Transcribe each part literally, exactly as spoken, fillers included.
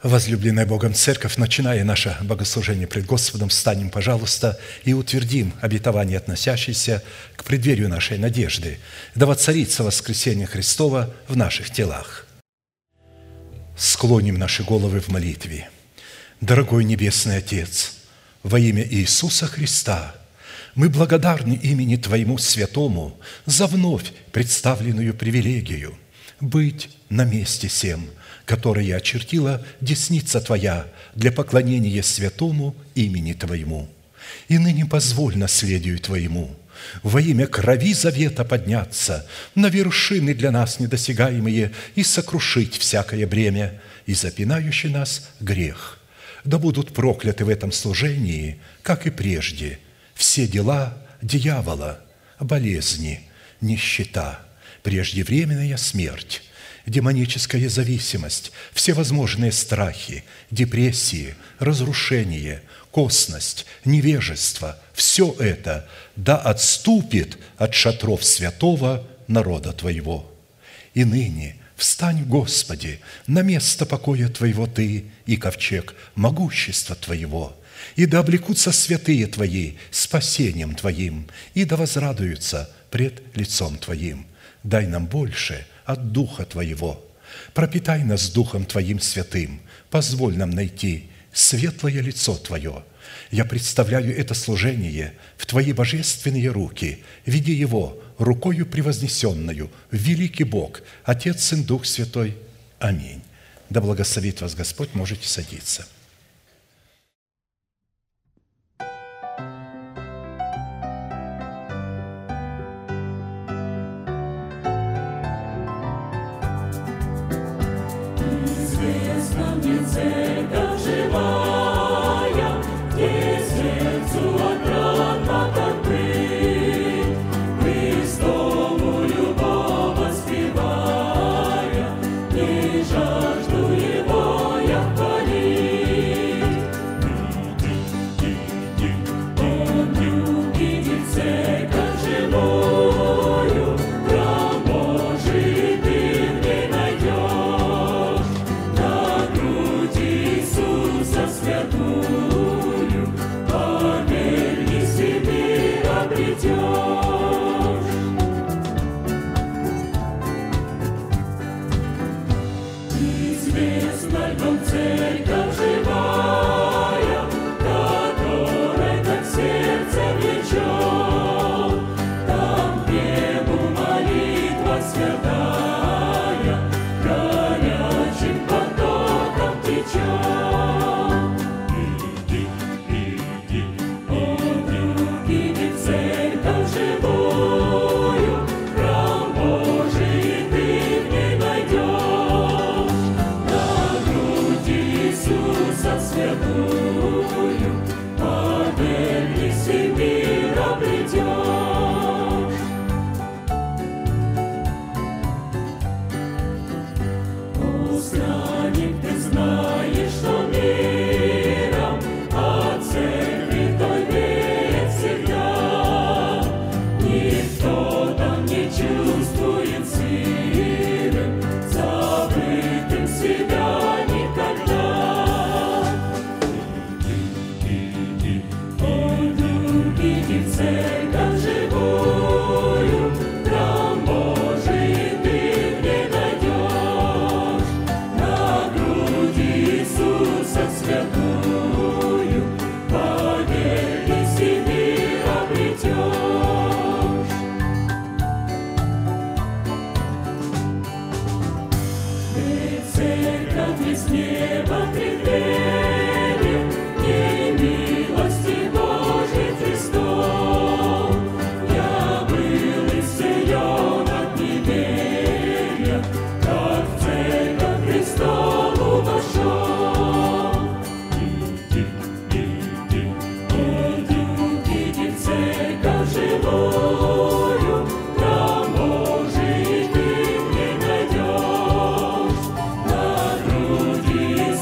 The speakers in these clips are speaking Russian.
Возлюбленная Богом Церковь, начиная наше богослужение пред Господом, встанем, пожалуйста, и утвердим обетование, относящееся к преддверию нашей надежды, да воцарится воскресение Христова в наших телах. Склоним наши головы в молитве. Дорогой Небесный Отец, во имя Иисуса Христа, мы благодарны имени Твоему Святому за вновь представленную привилегию быть на месте сем, которое очертила десница Твоя для поклонения святому имени Твоему. И ныне позволь наследию Твоему во имя крови завета подняться на вершины для нас недосягаемые и сокрушить всякое бремя и запинающий нас грех. Да будут прокляты в этом служении, как и прежде, все дела дьявола, болезни, нищета, преждевременная смерть, демоническая зависимость, всевозможные страхи, депрессии, разрушение, косность, невежество – все это да отступит от шатров святого народа Твоего. И ныне встань, Господи, на место покоя Твоего Ты и ковчег могущества Твоего, и да облекутся святые Твои спасением Твоим, и да возрадуются пред лицом Твоим. Дай нам больше от Духа Твоего. Пропитай нас Духом Твоим святым. Позволь нам найти светлое лицо Твое. Я представляю это служение в Твои божественные руки. Веди его рукою превознесенную, великий Бог, Отец, Сын, Дух Святой. Аминь. Да благословит вас Господь, можете садиться. Церковь живая, где сердцу отрадно так быть, Христову любовь воспевая, не жажду Его я хвалить. Он любит церковь живую, храм Божий ты в ней найдешь. Иисуса святую, поверь, и себе обретешь. Известна львом церковь живая, которая как сердце влечет, там, где у молитва святая, горячим потоком течет. Иисуса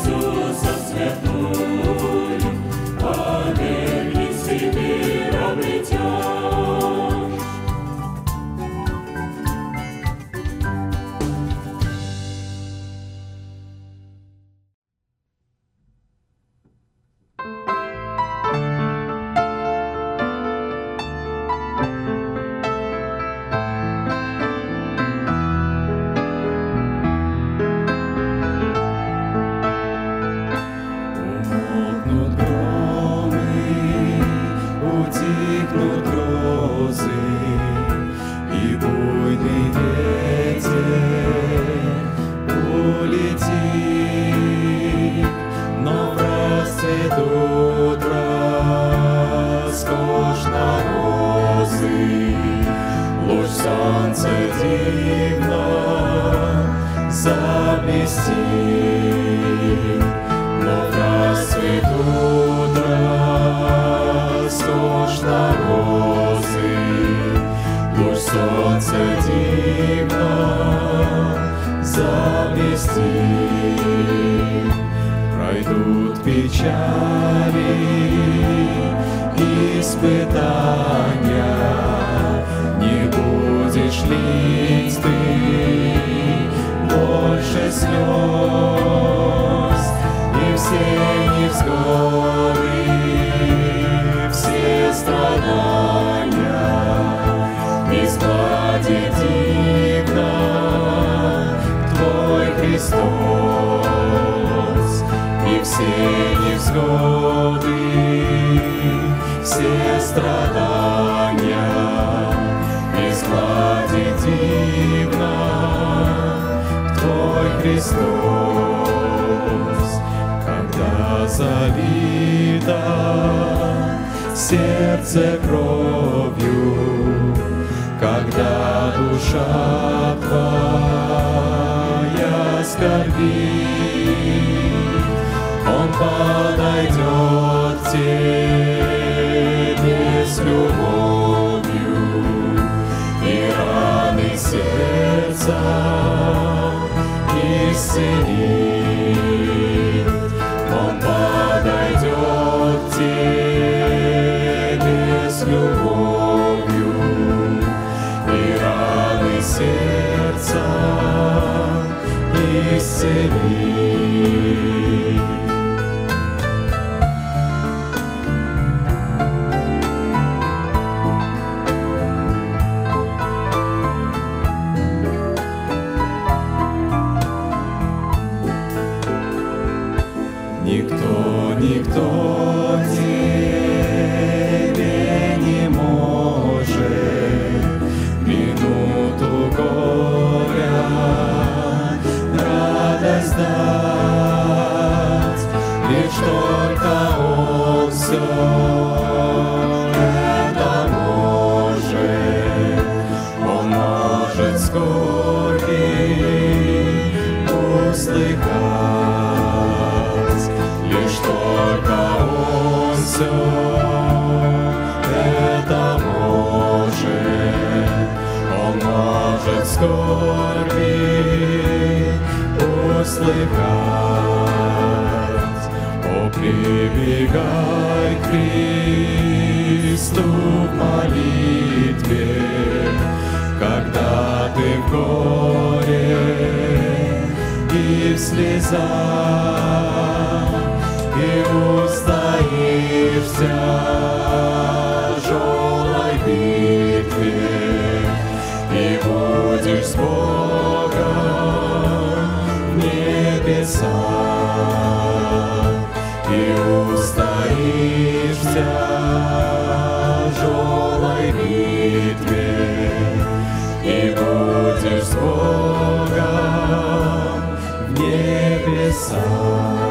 заблестит, но расцветут роскошно розы, луч солнца дивно заблестит. Пройдут печали, испытания, не будешь лить ты больше слез, и все невзгоды, все страдания изгладит дивно Твой Христос, и все невзгоды, все страдания изгладит дивно Твой Христос. Когда залито сердце кровью, когда душа Твоя скорбит, Он подойдет к Тебе с любовью и раны сердца исцелит. Он подойдет к Тебе с любовью и раны сердца исцелит. Никто, никто тебе не может минуту горя радость дать, лишь только Он все это может. Он может скорби услыхать, лишь только Он все это может. Он может скорби услыхать. О, прибегай к Христу в молитве, когда ты в горе и в слезах, и устоишь в тяжелой битве, и будешь с Богом в небесах, и устоишь в тяжелой битве, и будешь с Богом в небесах.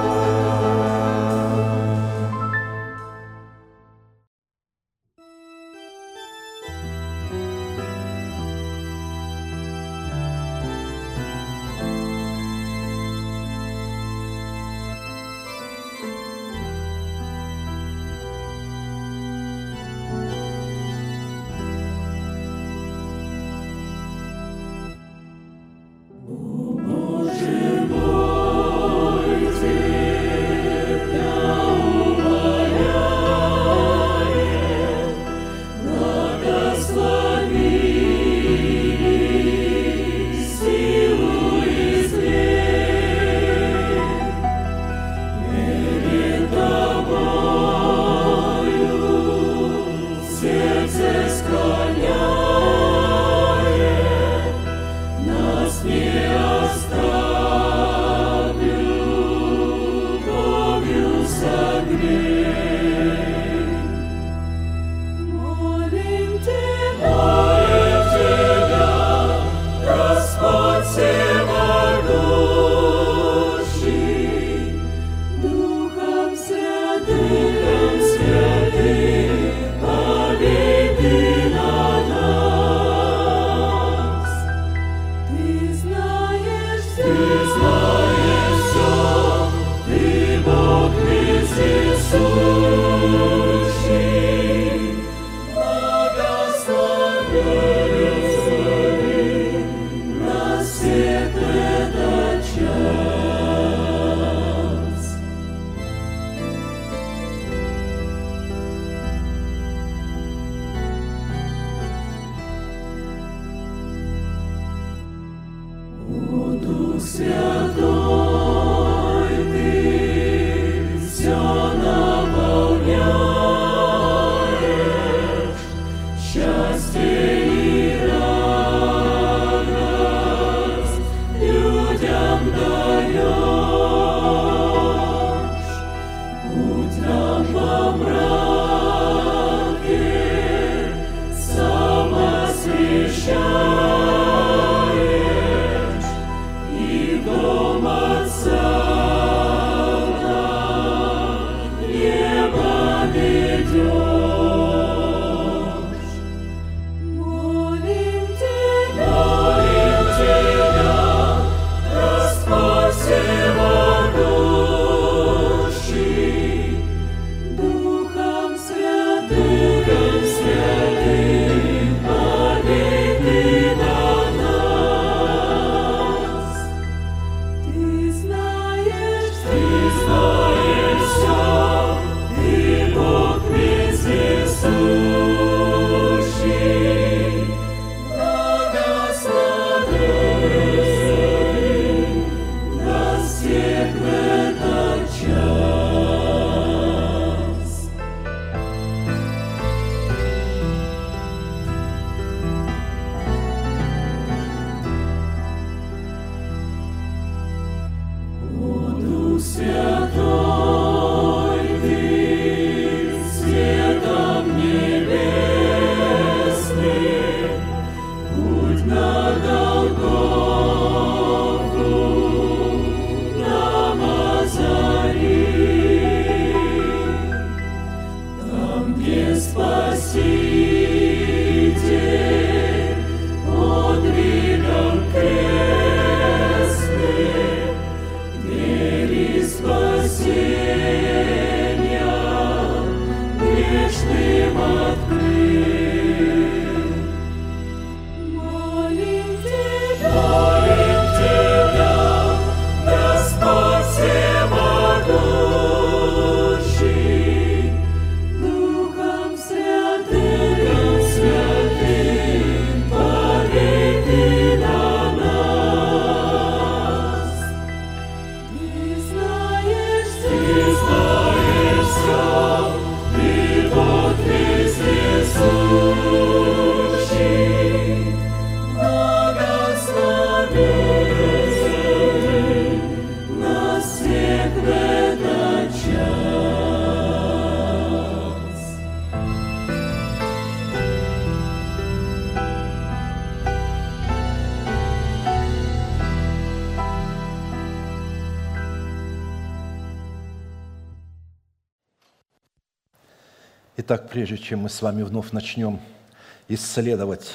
Итак, прежде чем мы с вами вновь начнем исследовать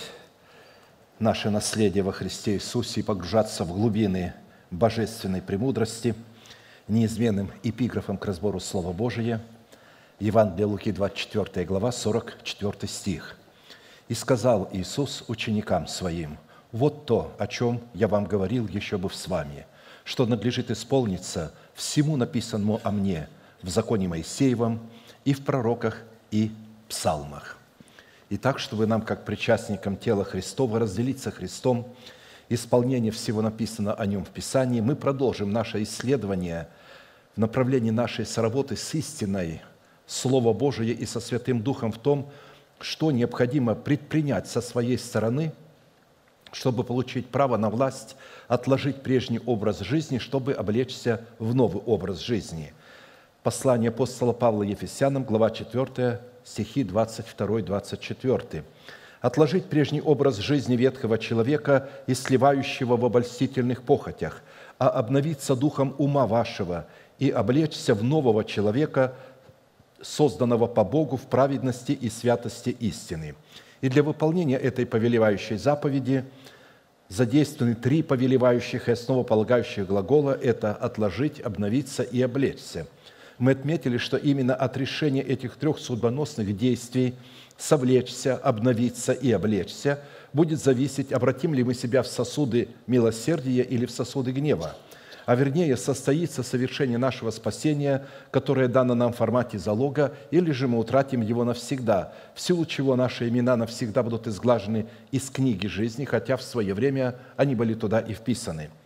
наше наследие во Христе Иисусе и погружаться в глубины божественной премудрости, неизменным эпиграфом к разбору Слова Божия, Евангелие Луки, двадцать четвёртая глава, сорок четвёртый стих. «И сказал Иисус ученикам Своим: вот то, о чем я вам говорил еще бы с вами, что надлежит исполниться всему написанному о мне в законе Моисеевом и в пророках и псалмах». Итак, чтобы нам, как причастникам тела Христова, разделить со Христом исполнение всего написанного о Нем в Писании, мы продолжим наше исследование в направлении нашей соработы с истиной Слова Божия и со Святым Духом в том, что необходимо предпринять со своей стороны, чтобы получить право на власть, отложить прежний образ жизни, чтобы облечься в новый образ жизни. Послание апостола Павла Ефесянам, глава четвёртая, стихи двадцать два двадцать четыре. «Отложить прежний образ жизни ветхого человека и сливающего в обольстительных похотях, а обновиться духом ума вашего и облечься в нового человека, созданного по Богу в праведности и святости истины». И для выполнения этой повелевающей заповеди задействованы три повелевающих и основополагающих глагола – это «отложить», «обновиться» и «облечься». Мы отметили, что именно от решения этих трех судьбоносных действий «совлечься», «обновиться» и «облечься» будет зависеть, обратим ли мы себя в сосуды милосердия или в сосуды гнева, а вернее, состоится совершение нашего спасения, которое дано нам в формате залога, или же мы утратим его навсегда, в силу чего наши имена навсегда будут изглажены из книги жизни, хотя в свое время они были туда и вписаны.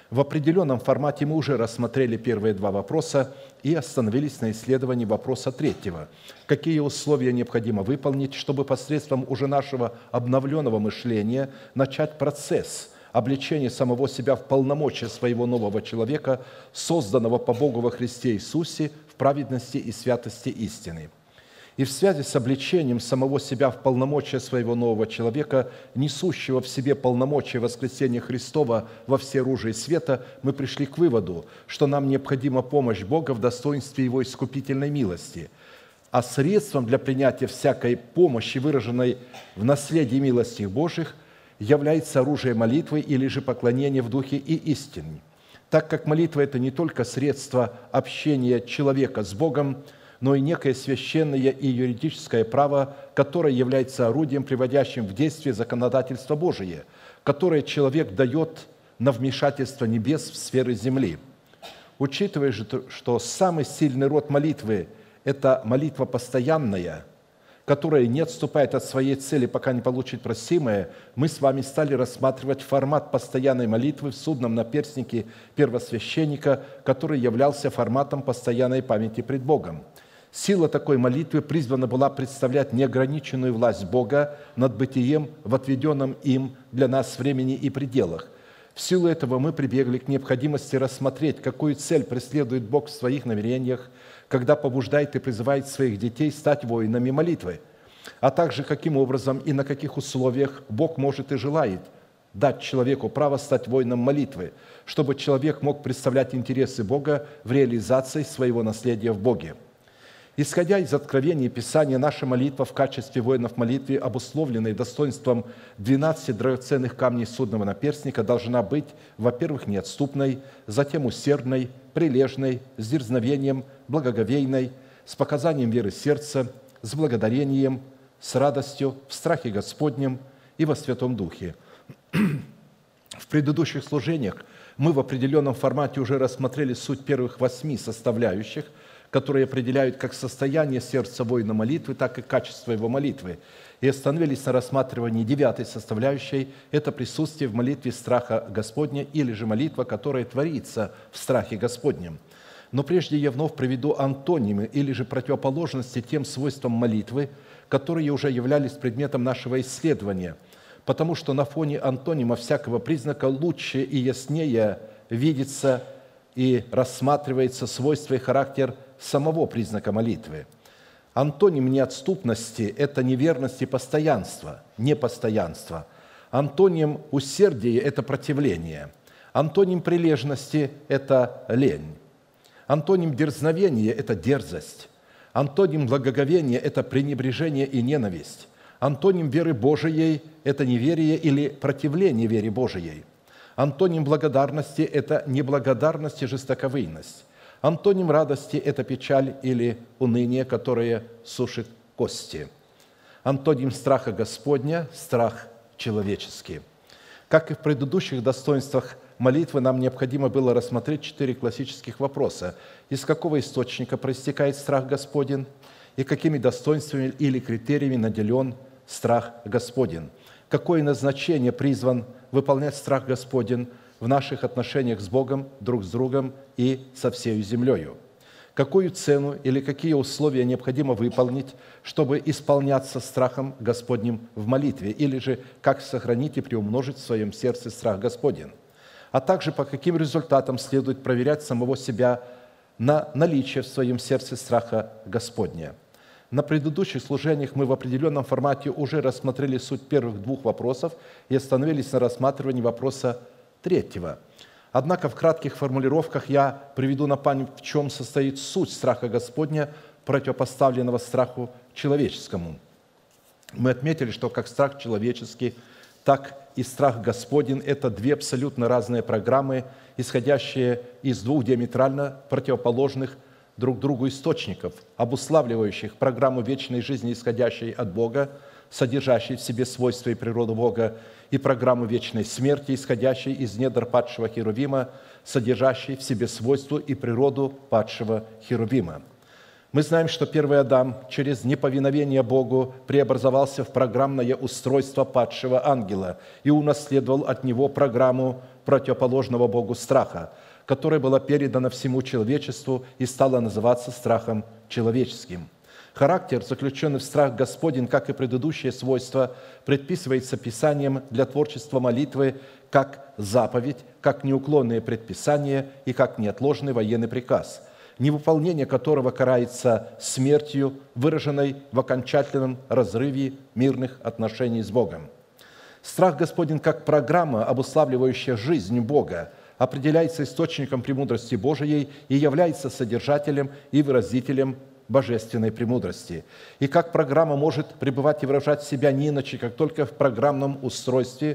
В определенном формате мы уже рассмотрели первые два вопроса и остановились на исследовании вопроса третьего. Какие условия необходимо выполнить, чтобы посредством уже нашего обновленного мышления начать процесс облечения самого себя в полномочия своего нового человека, созданного по Богу во Христе Иисусе в праведности и святости истины. И в связи с облечением самого себя в полномочия своего нового человека, несущего в себе полномочия воскресения Христова во всеоружии света, мы пришли к выводу, что нам необходима помощь Бога в достоинстве Его искупительной милости. А средством для принятия всякой помощи, выраженной в наследии милости Божьих, является оружие молитвы или же поклонение в духе и истине. Так как молитва – это не только средство общения человека с Богом, но и некое священное и юридическое право, которое является орудием, приводящим в действие законодательство Божие, которое человек дает на вмешательство небес в сферы земли. Учитывая же, что самый сильный род молитвы – это молитва постоянная, которая не отступает от своей цели, пока не получит просимое, мы с вами стали рассматривать формат постоянной молитвы в судном наперстнике первосвященника, который являлся форматом постоянной памяти пред Богом. Сила такой молитвы призвана была представлять неограниченную власть Бога над бытием в отведенном им для нас времени и пределах. В силу этого мы прибегли к необходимости рассмотреть, какую цель преследует Бог в своих намерениях, когда побуждает и призывает своих детей стать воинами молитвы, а также каким образом и на каких условиях Бог может и желает дать человеку право стать воином молитвы, чтобы человек мог представлять интересы Бога в реализации своего наследия в Боге. Исходя из откровений Писания, наша молитва в качестве воинов молитвы, обусловленной достоинством двенадцати драгоценных камней судного наперстника, должна быть, во-первых, неотступной, затем усердной, прилежной, с дерзновением, благоговейной, с показанием веры сердца, с благодарением, с радостью, в страхе Господнем и во Святом Духе. В предыдущих служениях мы в определенном формате уже рассмотрели суть первых восьми составляющих, которые определяют как состояние сердца воина молитвы, так и качество его молитвы. И остановились на рассматривании девятой составляющей – это присутствие в молитве страха Господня или же молитва, которая творится в страхе Господнем. Но прежде я вновь приведу антонимы или же противоположности тем свойствам молитвы, которые уже являлись предметом нашего исследования, потому что на фоне антонима всякого признака лучше и яснее видится и рассматривается свойство и характер самого признака молитвы. Антоним неотступности – это неверность и постоянство, непостоянство. Антоним усердия – это противление. Антоним прилежности – это лень. Антоним дерзновения – это дерзость. Антоним благоговения – это пренебрежение и ненависть. Антоним веры Божией – это неверие или противление вере Божией. Антоним благодарности – это неблагодарность и жестоковыйность. Антоним радости – это печаль или уныние, которое сушит кости. Антоним страха Господня – страх человеческий. Как и в предыдущих достоинствах молитвы, нам необходимо было рассмотреть четыре классических вопроса. Из какого источника проистекает страх Господень и какими достоинствами или критериями наделен страх Господень? Какое назначение призван выполнять страх Господень в наших отношениях с Богом, друг с другом и со всей землею? Какую цену или какие условия необходимо выполнить, чтобы исполняться страхом Господним в молитве, или же как сохранить и приумножить в своем сердце страх Господень? А также по каким результатам следует проверять самого себя на наличие в своем сердце страха Господня. На предыдущих служениях мы в определенном формате уже рассмотрели суть первых двух вопросов и остановились на рассматривании вопроса третьего. Однако в кратких формулировках я приведу на память, в чем состоит суть страха Господня, противопоставленного страху человеческому. Мы отметили, что как страх человеческий, так и страх Господень – это две абсолютно разные программы, исходящие из двух диаметрально противоположных друг другу источников, обуславливающих программу вечной жизни, исходящей от Бога, содержащей в себе свойства и природу Бога, и программу вечной смерти, исходящей из недр падшего Херувима, содержащей в себе свойства и природу падшего Херувима. Мы знаем, что первый Адам через неповиновение Богу преобразовался в программное устройство падшего ангела и унаследовал от него программу противоположного Богу страха, которое было передано всему человечеству и стало называться страхом человеческим. Характер, заключенный в страх Господень, как и предыдущие свойства, предписывается Писанием для творчества молитвы как заповедь, как неуклонное предписание и как неотложный военный приказ, невыполнение которого карается смертью, выраженной в окончательном разрыве мирных отношений с Богом. Страх Господень как программа, обуславливающая жизнь Бога, определяется источником премудрости Божией и является содержателем и выразителем божественной премудрости. И как программа может пребывать и выражать себя не иначе, как только в программном устройстве,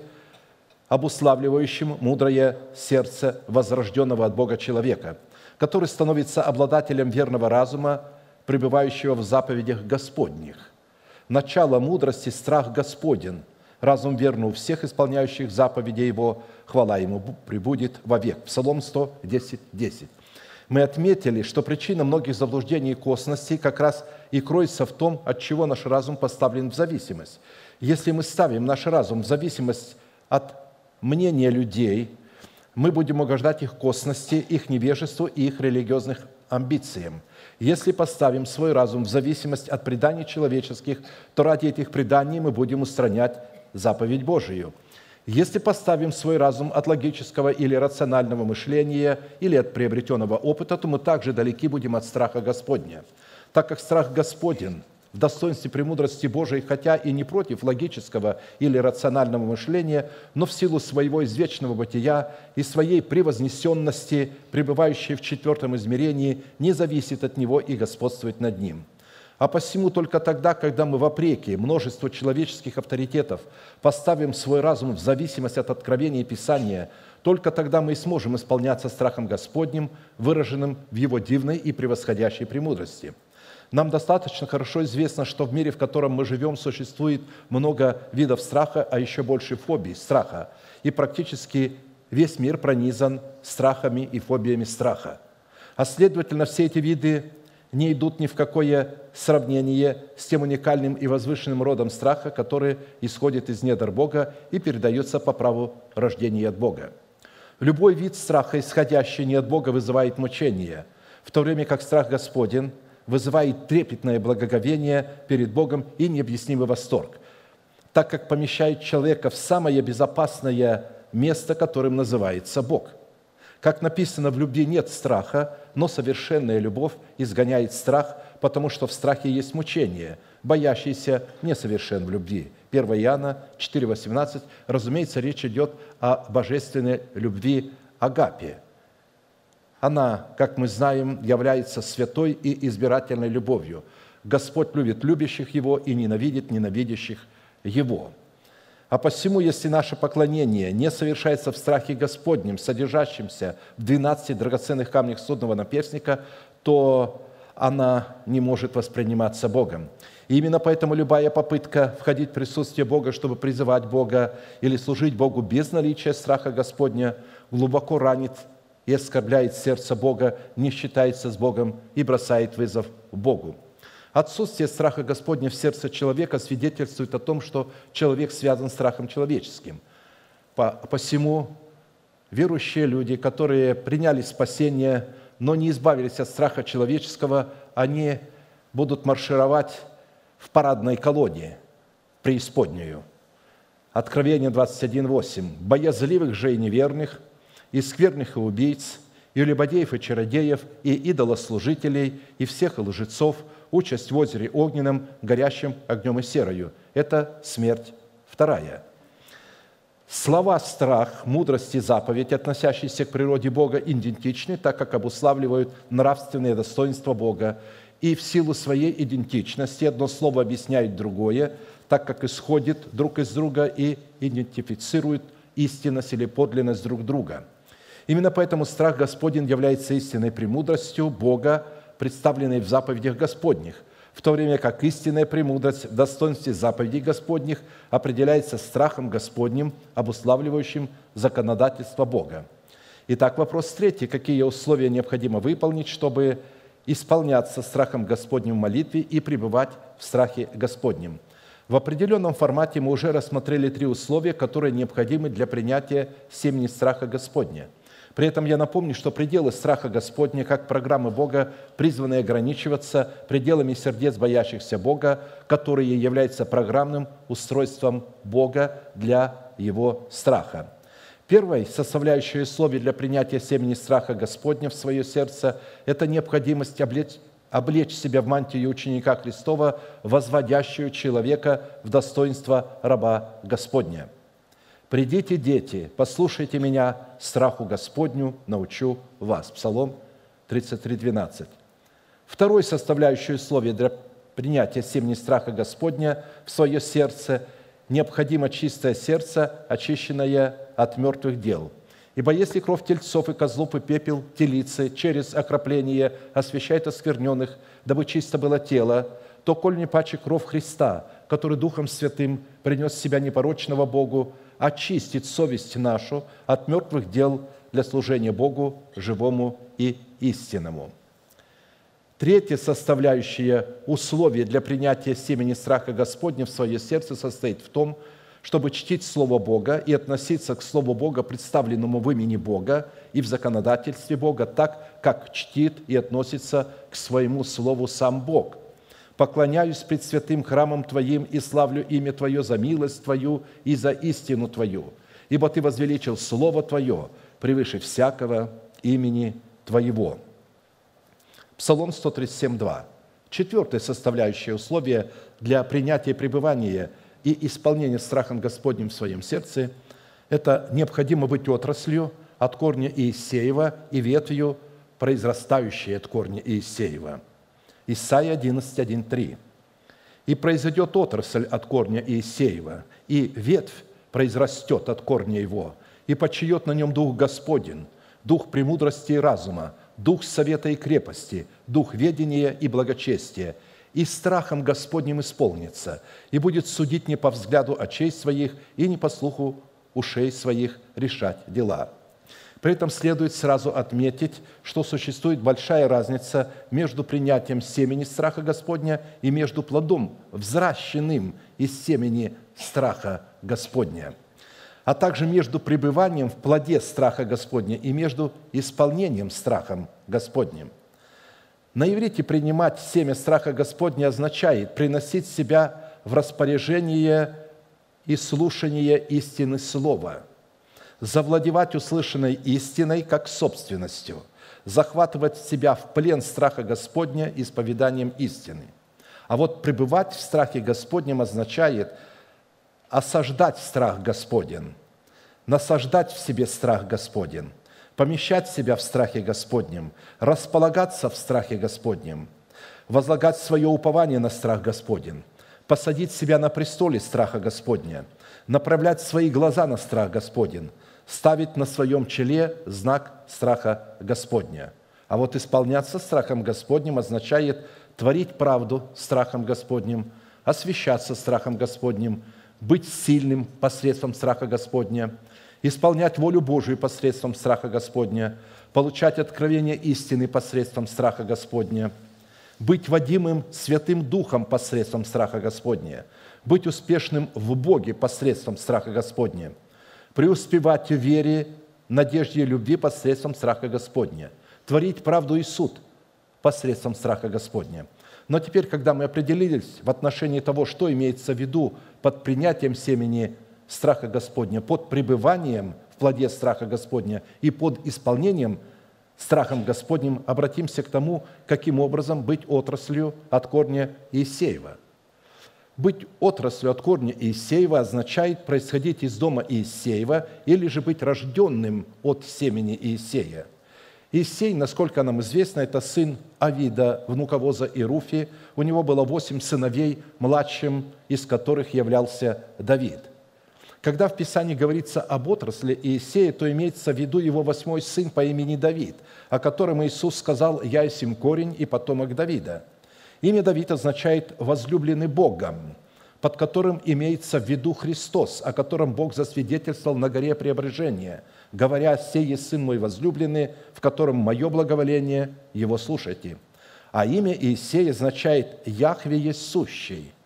обуславливающем мудрое сердце возрожденного от Бога человека, который становится обладателем верного разума, пребывающего в заповедях Господних. Начало мудрости – страх Господен, разум верный у всех исполняющих заповеди Его, хвала Ему пребудет вовек. Псалом сто десять, десять. Мы отметили, что причина многих заблуждений и косностей как раз и кроется в том, от чего наш разум поставлен в зависимость. Если мы ставим наш разум в зависимость от мнения людей, мы будем угождать их косности, их невежеству и их религиозных амбициям. Если поставим свой разум в зависимость от преданий человеческих, то ради этих преданий мы будем устранять заповедь Божию. Если поставим свой разум от логического или рационального мышления или от приобретенного опыта, то мы также далеки будем от страха Господня. Так как страх Господен в достоинстве премудрости Божией, хотя и не против логического или рационального мышления, но в силу своего извечного бытия и своей превознесенности, пребывающей в четвертом измерении, не зависит от него и господствует над ним. А посему только тогда, когда мы вопреки множеству человеческих авторитетов поставим свой разум в зависимость от откровения Писания, только тогда мы и сможем исполняться страхом Господним, выраженным в Его дивной и превосходящей премудрости. Нам достаточно хорошо известно, что в мире, в котором мы живем, существует много видов страха, а еще больше фобий страха. И практически весь мир пронизан страхами и фобиями страха. А следовательно, все эти виды не идут ни в какое сравнение с тем уникальным и возвышенным родом страха, который исходит из недр Бога и передается по праву рождения от Бога. Любой вид страха, исходящий не от Бога, вызывает мучение, в то время как страх Господень вызывает трепетное благоговение перед Богом и необъяснимый восторг, так как помещает человека в самое безопасное место, которым называется Бог. Как написано, в любви нет страха, но совершенная любовь изгоняет страх, потому что в страхе есть мучение, боящийся несовершен в любви. первое Иоанна четыре, восемнадцать. Разумеется, речь идет о божественной любви агапе. Она, как мы знаем, является святой и избирательной любовью. Господь любит любящих Его и ненавидит ненавидящих Его. А посему, если наше поклонение не совершается в страхе Господнем, содержащемся в двенадцати драгоценных камнях судного наперстника, то она не может восприниматься Богом. И именно поэтому любая попытка входить в присутствие Бога, чтобы призывать Бога или служить Богу без наличия страха Господня, глубоко ранит и оскорбляет сердце Бога, не считается с Богом и бросает вызов Богу. Отсутствие страха Господня в сердце человека свидетельствует о том, что человек связан с страхом человеческим. Посему верующие люди, которые приняли спасение, но не избавились от страха человеческого, они будут маршировать в парадной колонне, преисподнюю. Откровение двадцать один, восемь. «Боязливых же и неверных, и скверных и убийц, и любодеев и чародеев, и идолослужителей, и всех лжецов, участь в озере огненном, горящим огнем и серою». Это смерть вторая. Слова «страх», «мудрость» и «заповедь», относящиеся к природе Бога, идентичны, так как обуславливают нравственные достоинства Бога. И в силу своей идентичности одно слово объясняет другое, так как исходит друг из друга и идентифицирует истинность или подлинность друг друга. Именно поэтому страх Господень является истинной премудростью Бога, представленной в заповедях Господних, в то время как истинная премудрость в достоинстве заповедей Господних определяется страхом Господним, обуславливающим законодательство Бога. Итак, вопрос третий. Какие условия необходимо выполнить, чтобы исполняться страхом Господним в молитве и пребывать в страхе Господнем? В определенном формате мы уже рассмотрели три условия, которые необходимы для принятия семени страха Господня. При этом я напомню, что пределы страха Господня, как программы Бога, призваны ограничиваться пределами сердец боящихся Бога, которые являются программным устройством Бога для Его страха. Первой составляющей условия для принятия семени страха Господня в свое сердце – это необходимость облечь, облечь себя в мантию ученика Христова, возводящую человека в достоинство раба Господня. «Придите, дети, послушайте меня, страху Господню научу вас». Псалом тридцать три, двенадцать. Второй составляющей условия для принятия семени страха Господня в свое сердце – необходимо чистое сердце, очищенное от мертвых дел. Ибо если кровь тельцов и козлов и пепел телицы через окропление освящает оскверненных, дабы чисто было тело, то, коль не паче кровь Христа, который Духом Святым принес себя непорочного Богу, очистит совесть нашу от мертвых дел для служения Богу, живому и истинному. Третье составляющее условие для принятия семени страха Господня в свое сердце состоит в том, чтобы чтить Слово Бога и относиться к Слову Бога, представленному в имени Бога и в законодательстве Бога, так, как чтит и относится к своему Слову сам Бог. «Поклоняюсь пред святым храмом Твоим и славлю имя Твое за милость Твою и за истину Твою, ибо Ты возвеличил Слово Твое превыше всякого имени Твоего». Псалом сто тридцать семь, два. Четвертое составляющее условие для принятия пребывания и исполнения страхом Господним в своем сердце – это необходимо быть отраслью от корня Иисеева и ветвью, произрастающей от корня Иисеева. Исайя одиннадцать, один, три. «И произойдет отрасль от корня Иисеева, и ветвь произрастет от корня его, и почиет на нем Дух Господень, Дух премудрости и разума, Дух совета и крепости, Дух ведения и благочестия, и страхом Господним исполнится, и будет судить не по взгляду очей своих и не по слуху ушей своих решать дела». При этом следует сразу отметить, что существует большая разница между принятием семени страха Господня и между плодом, взращенным из семени страха Господня, а также между пребыванием в плоде страха Господня и между исполнением страхом Господним. На иврите принимать семя страха Господня означает приносить себя в распоряжение и слушание истины слова, завладевать услышанной истиной как собственностью, захватывать себя в плен страха Господня исповеданием истины. А вот пребывать в страхе Господнем означает осаждать страх Господень, насаждать в себе страх Господень, помещать себя в страхе Господнем, располагаться в страхе Господнем, возлагать свое упование на страх Господень, посадить себя на престоле страха Господня, направлять свои глаза на страх Господень, ставить на своем челе знак страха Господня. А вот исполняться страхом Господним означает творить правду страхом Господним, освящаться страхом Господним, быть сильным посредством страха Господня, исполнять волю Божию посредством страха Господня, получать откровение истины посредством страха Господня, быть водимым Святым Духом посредством страха Господня, быть успешным в Боге посредством страха Господня, преуспевать в вере, надежде и любви посредством страха Господня, творить правду и суд посредством страха Господня. Но теперь, когда мы определились в отношении того, что имеется в виду под принятием семени страха Господня, под пребыванием в плоде страха Господня и под исполнением страхом Господним, обратимся к тому, каким образом быть отраслью от корня Иисеева. Быть отраслью от корня Иисеева означает происходить из дома Иисеева или же быть рожденным от семени Иисея. Иисей, насколько нам известно, это сын Авида, внука Воза и Руфи. У него было восемь сыновей, младшим из которых являлся Давид. Когда в Писании говорится об отрасли Иисея, то имеется в виду его восьмой сын по имени Давид, о котором Иисус сказал: «Я есмь корень и потомок Давида». Имя Давид означает «возлюбленный Богом», под которым имеется в виду Христос, о котором Бог засвидетельствовал на горе Преображения, говоря: «Сей есть Сын мой возлюбленный, в котором мое благоволение, его слушайте». А имя Иисея означает «Яхве есть сущий».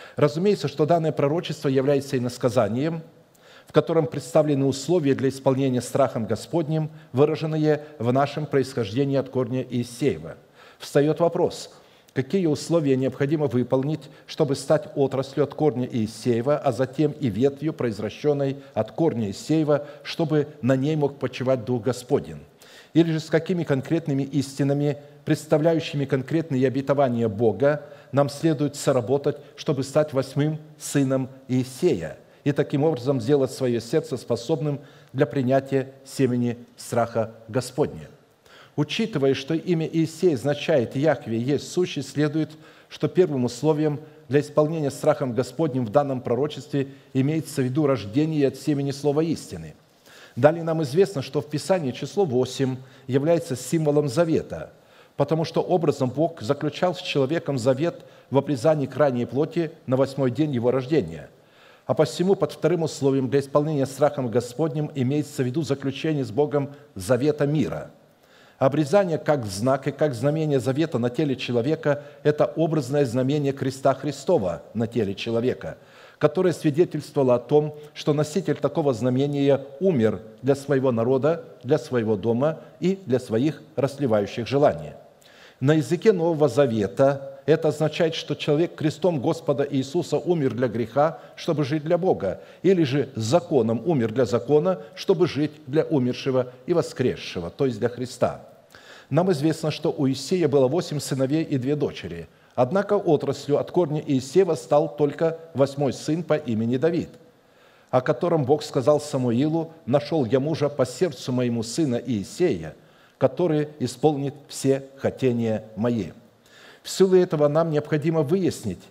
Разумеется, что данное пророчество является иносказанием, в котором представлены условия для исполнения страхом Господним, выраженные в нашем происхождении от корня Иисеева. Встает вопрос, какие условия необходимо выполнить, чтобы стать отраслью от корня Иисеева, а затем и ветвью, произращенной от корня Иисеева, чтобы на ней мог почивать Дух Господень? Или же с какими конкретными истинами, представляющими конкретные обетования Бога, нам следует соработать, чтобы стать восьмым сыном Иисея и таким образом сделать свое сердце способным для принятия семени страха Господня? Учитывая, что имя Иисей означает «Яхве есть сущий», следует, что первым условием для исполнения страхом Господним в данном пророчестве имеется в виду рождение от семени слова истины. Далее нам известно, что в Писании число восемь является символом завета, потому что образом Бог заключал с человеком завет в обрезании крайней плоти на восьмой день его рождения. А посему под вторым условием для исполнения страхом Господним имеется в виду заключение с Богом завета мира. Обрезание как знак и как знамение завета на теле человека – это образное знамение креста Христова на теле человека, которое свидетельствовало о том, что носитель такого знамения умер для своего народа, для своего дома и для своих расливающих желаний. На языке Нового Завета это означает, что человек крестом Господа Иисуса умер для греха, чтобы жить для Бога, или же законом умер для закона, чтобы жить для умершего и воскресшего, то есть для Христа. Нам известно, что у Иисея было восемь сыновей и две дочери. Однако отраслью от корня Иисеева стал только восьмой сын по имени Давид, о котором Бог сказал Самуилу: «Нашел я мужа по сердцу моему сына Иисея, который исполнит все хотения мои». В силу этого нам необходимо выяснить,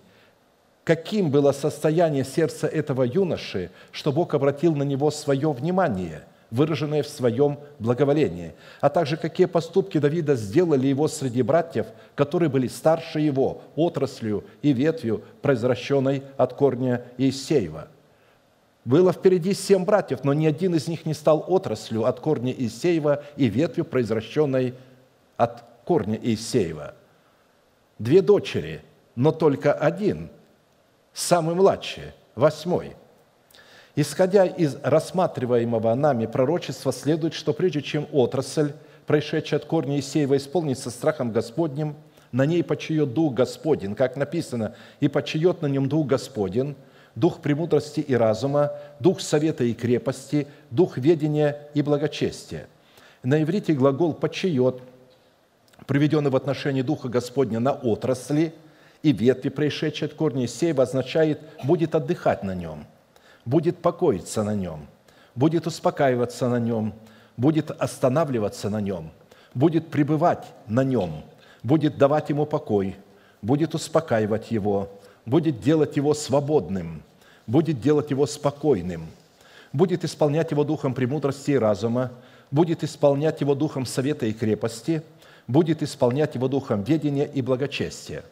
каким было состояние сердца этого юноши, что Бог обратил на него свое внимание, выраженное в своем благоволении, а также какие поступки Давида сделали его среди братьев, которые были старше его, отраслью и ветвью, произращенной от корня Иисеева. Было впереди семь братьев, но ни один из них не стал отраслью от корня Иисеева и ветвью, произращенной от корня Иисеева. Две дочери, но только один, самый младший, восьмой. Исходя из рассматриваемого нами пророчества, следует, что прежде чем отрасль, происшедшая от корня Иисеева, исполнится страхом Господним, на ней почиет Дух Господень, как написано: «И почиет на нем Дух Господень, Дух премудрости и разума, Дух совета и крепости, Дух ведения и благочестия». На иврите глагол «почиет», приведенный в отношении Духа Господня на отрасли и ветви, происшедшие от корня Иисеева, означает «будет отдыхать на нем», будет покоиться на нем, будет успокаиваться на нем, будет останавливаться на нем, будет пребывать на нем, будет давать ему покой, будет успокаивать его, будет делать его свободным, будет делать его спокойным, будет исполнять его духом премудрости и разума, будет исполнять его духом совета и крепости, будет исполнять его духом ведения и благочестия.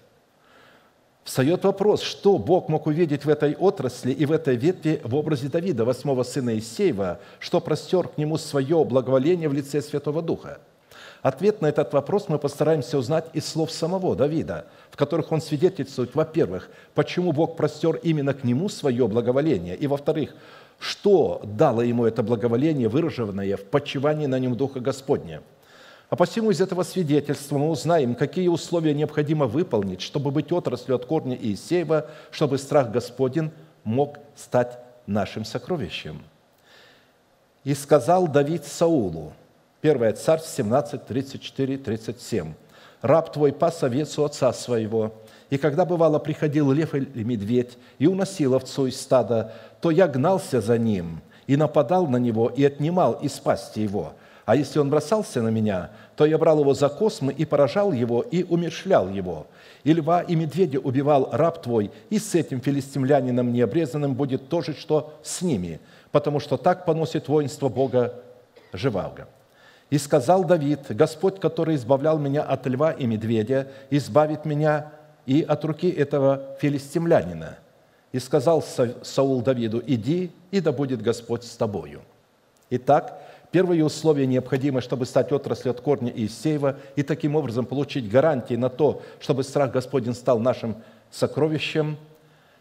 Встает вопрос, что Бог мог увидеть в этой отрасли и в этой ветви в образе Давида, восьмого сына Иисеева, что простер к нему свое благоволение в лице Святого Духа? Ответ на этот вопрос мы постараемся узнать из слов самого Давида, в которых он свидетельствует, во-первых, почему Бог простер именно к нему свое благоволение, и, во-вторых, что дало ему это благоволение, выраженное в почивании на нем Духа Господня. А посему из этого свидетельства мы узнаем, какие условия необходимо выполнить, чтобы быть отраслью от корня Иисеева, чтобы страх Господень мог стать нашим сокровищем. «И сказал Давид Саулу», первое Царств семнадцать, тридцать четыре, тридцать семь, «Раб твой пас овец у отца своего, и когда, бывало, приходил лев или медведь и уносил овцу из стада, то я гнался за ним и нападал на него и отнимал из пасти его. А если он бросался на меня, то я брал его за космы и поражал его, и умерщвлял его. И льва, и медведя убивал раб твой, и с этим филистимлянином необрезанным будет то же, что с ними, потому что так поносит воинство Бога живаго. И сказал Давид: Господь, который избавлял меня от льва и медведя, избавит меня и от руки этого филистимлянина. И сказал Саул Давиду: иди, и да будет Господь с тобою». Итак, первое условие, необходимое, чтобы стать отраслью от корня Иисеева и таким образом получить гарантии на то, чтобы страх Господень стал нашим сокровищем,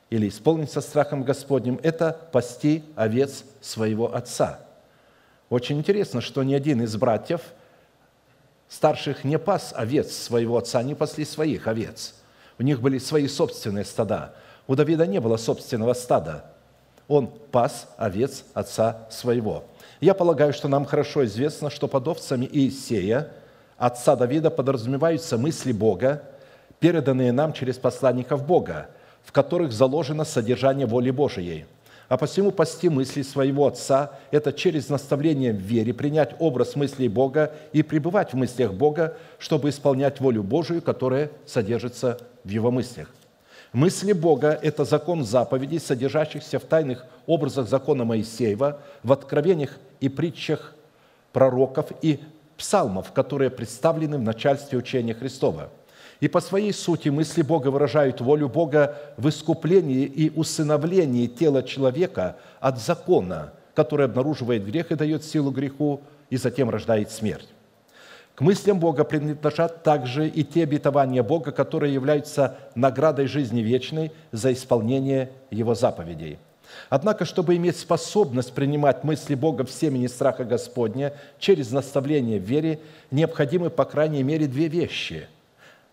или исполниться страхом Господним – это пасти овец своего отца. Очень интересно, что ни один из братьев старших не пас овец своего отца, не пасли своих овец. У них были свои собственные стада. У Давида не было собственного стада. Он пас овец отца своего. Я полагаю, что нам хорошо известно, что под овцами Иисея, отца Давида, подразумеваются мысли Бога, переданные нам через посланников Бога, в которых заложено содержание воли Божией. А посему пасти мысли своего отца – это через наставление в вере принять образ мыслей Бога и пребывать в мыслях Бога, чтобы исполнять волю Божию, которая содержится в его мыслях. Мысли Бога – это закон заповедей, содержащихся в тайных образах закона Моисеева, в откровениях и притчах пророков и псалмов, которые представлены в начальстве учения Христова. И по своей сути мысли Бога выражают волю Бога в искуплении и усыновлении тела человека от закона, который обнаруживает грех и дает силу греху, и затем рождает смерть. К мыслям Бога принадлежат также и те обетования Бога, которые являются наградой жизни вечной за исполнение Его заповедей. Однако, чтобы иметь способность принимать мысли Бога в семени страха Господня через наставление в вере, необходимы, по крайней мере, две вещи –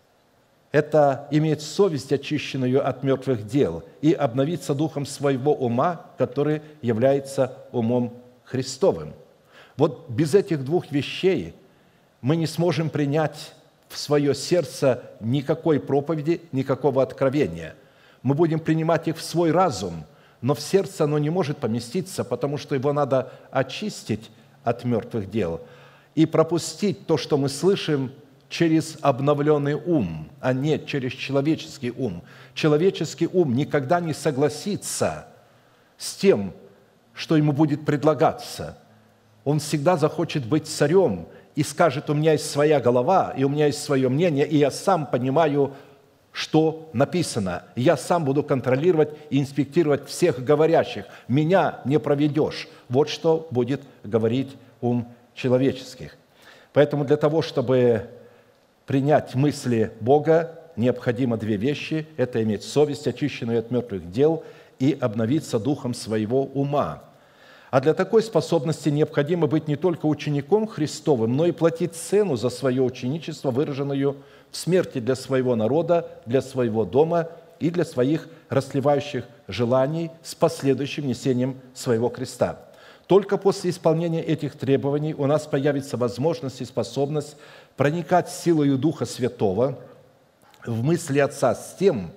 это иметь совесть, очищенную от мертвых дел, и обновиться духом своего ума, который является умом Христовым. Вот без этих двух вещей мы не сможем принять в свое сердце никакой проповеди, никакого откровения. Мы будем принимать их в свой разум, но в сердце оно не может поместиться, потому что его надо очистить от мертвых дел и пропустить то, что мы слышим, через обновленный ум, а не через человеческий ум. Человеческий ум никогда не согласится с тем, что ему будет предлагаться. Он всегда захочет быть царем и скажет: у меня есть своя голова, и у меня есть свое мнение, и я сам понимаю, что написано. Я сам буду контролировать и инспектировать всех говорящих. Меня не проведешь. Вот что будет говорить ум человеческих. Поэтому для того, чтобы принять мысли Бога, необходимо две вещи – это иметь совесть, очищенную от мертвых дел, и обновиться духом своего ума. А для такой способности необходимо быть не только учеником Христовым, но и платить цену за свое ученичество, выраженную в смерти для своего народа, для своего дома и для своих расливающих желаний с последующим несением своего креста. Только после исполнения этих требований у нас появится возможность и способность проникать силою Духа Святого в мысли Отца с тем,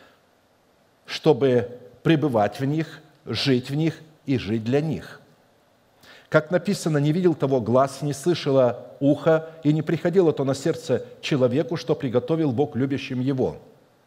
чтобы пребывать в них, жить в них и жить для них. Как написано: «Не видел того глаз, не слышало ухо, и не приходило то на сердце человеку, что приготовил Бог любящим его.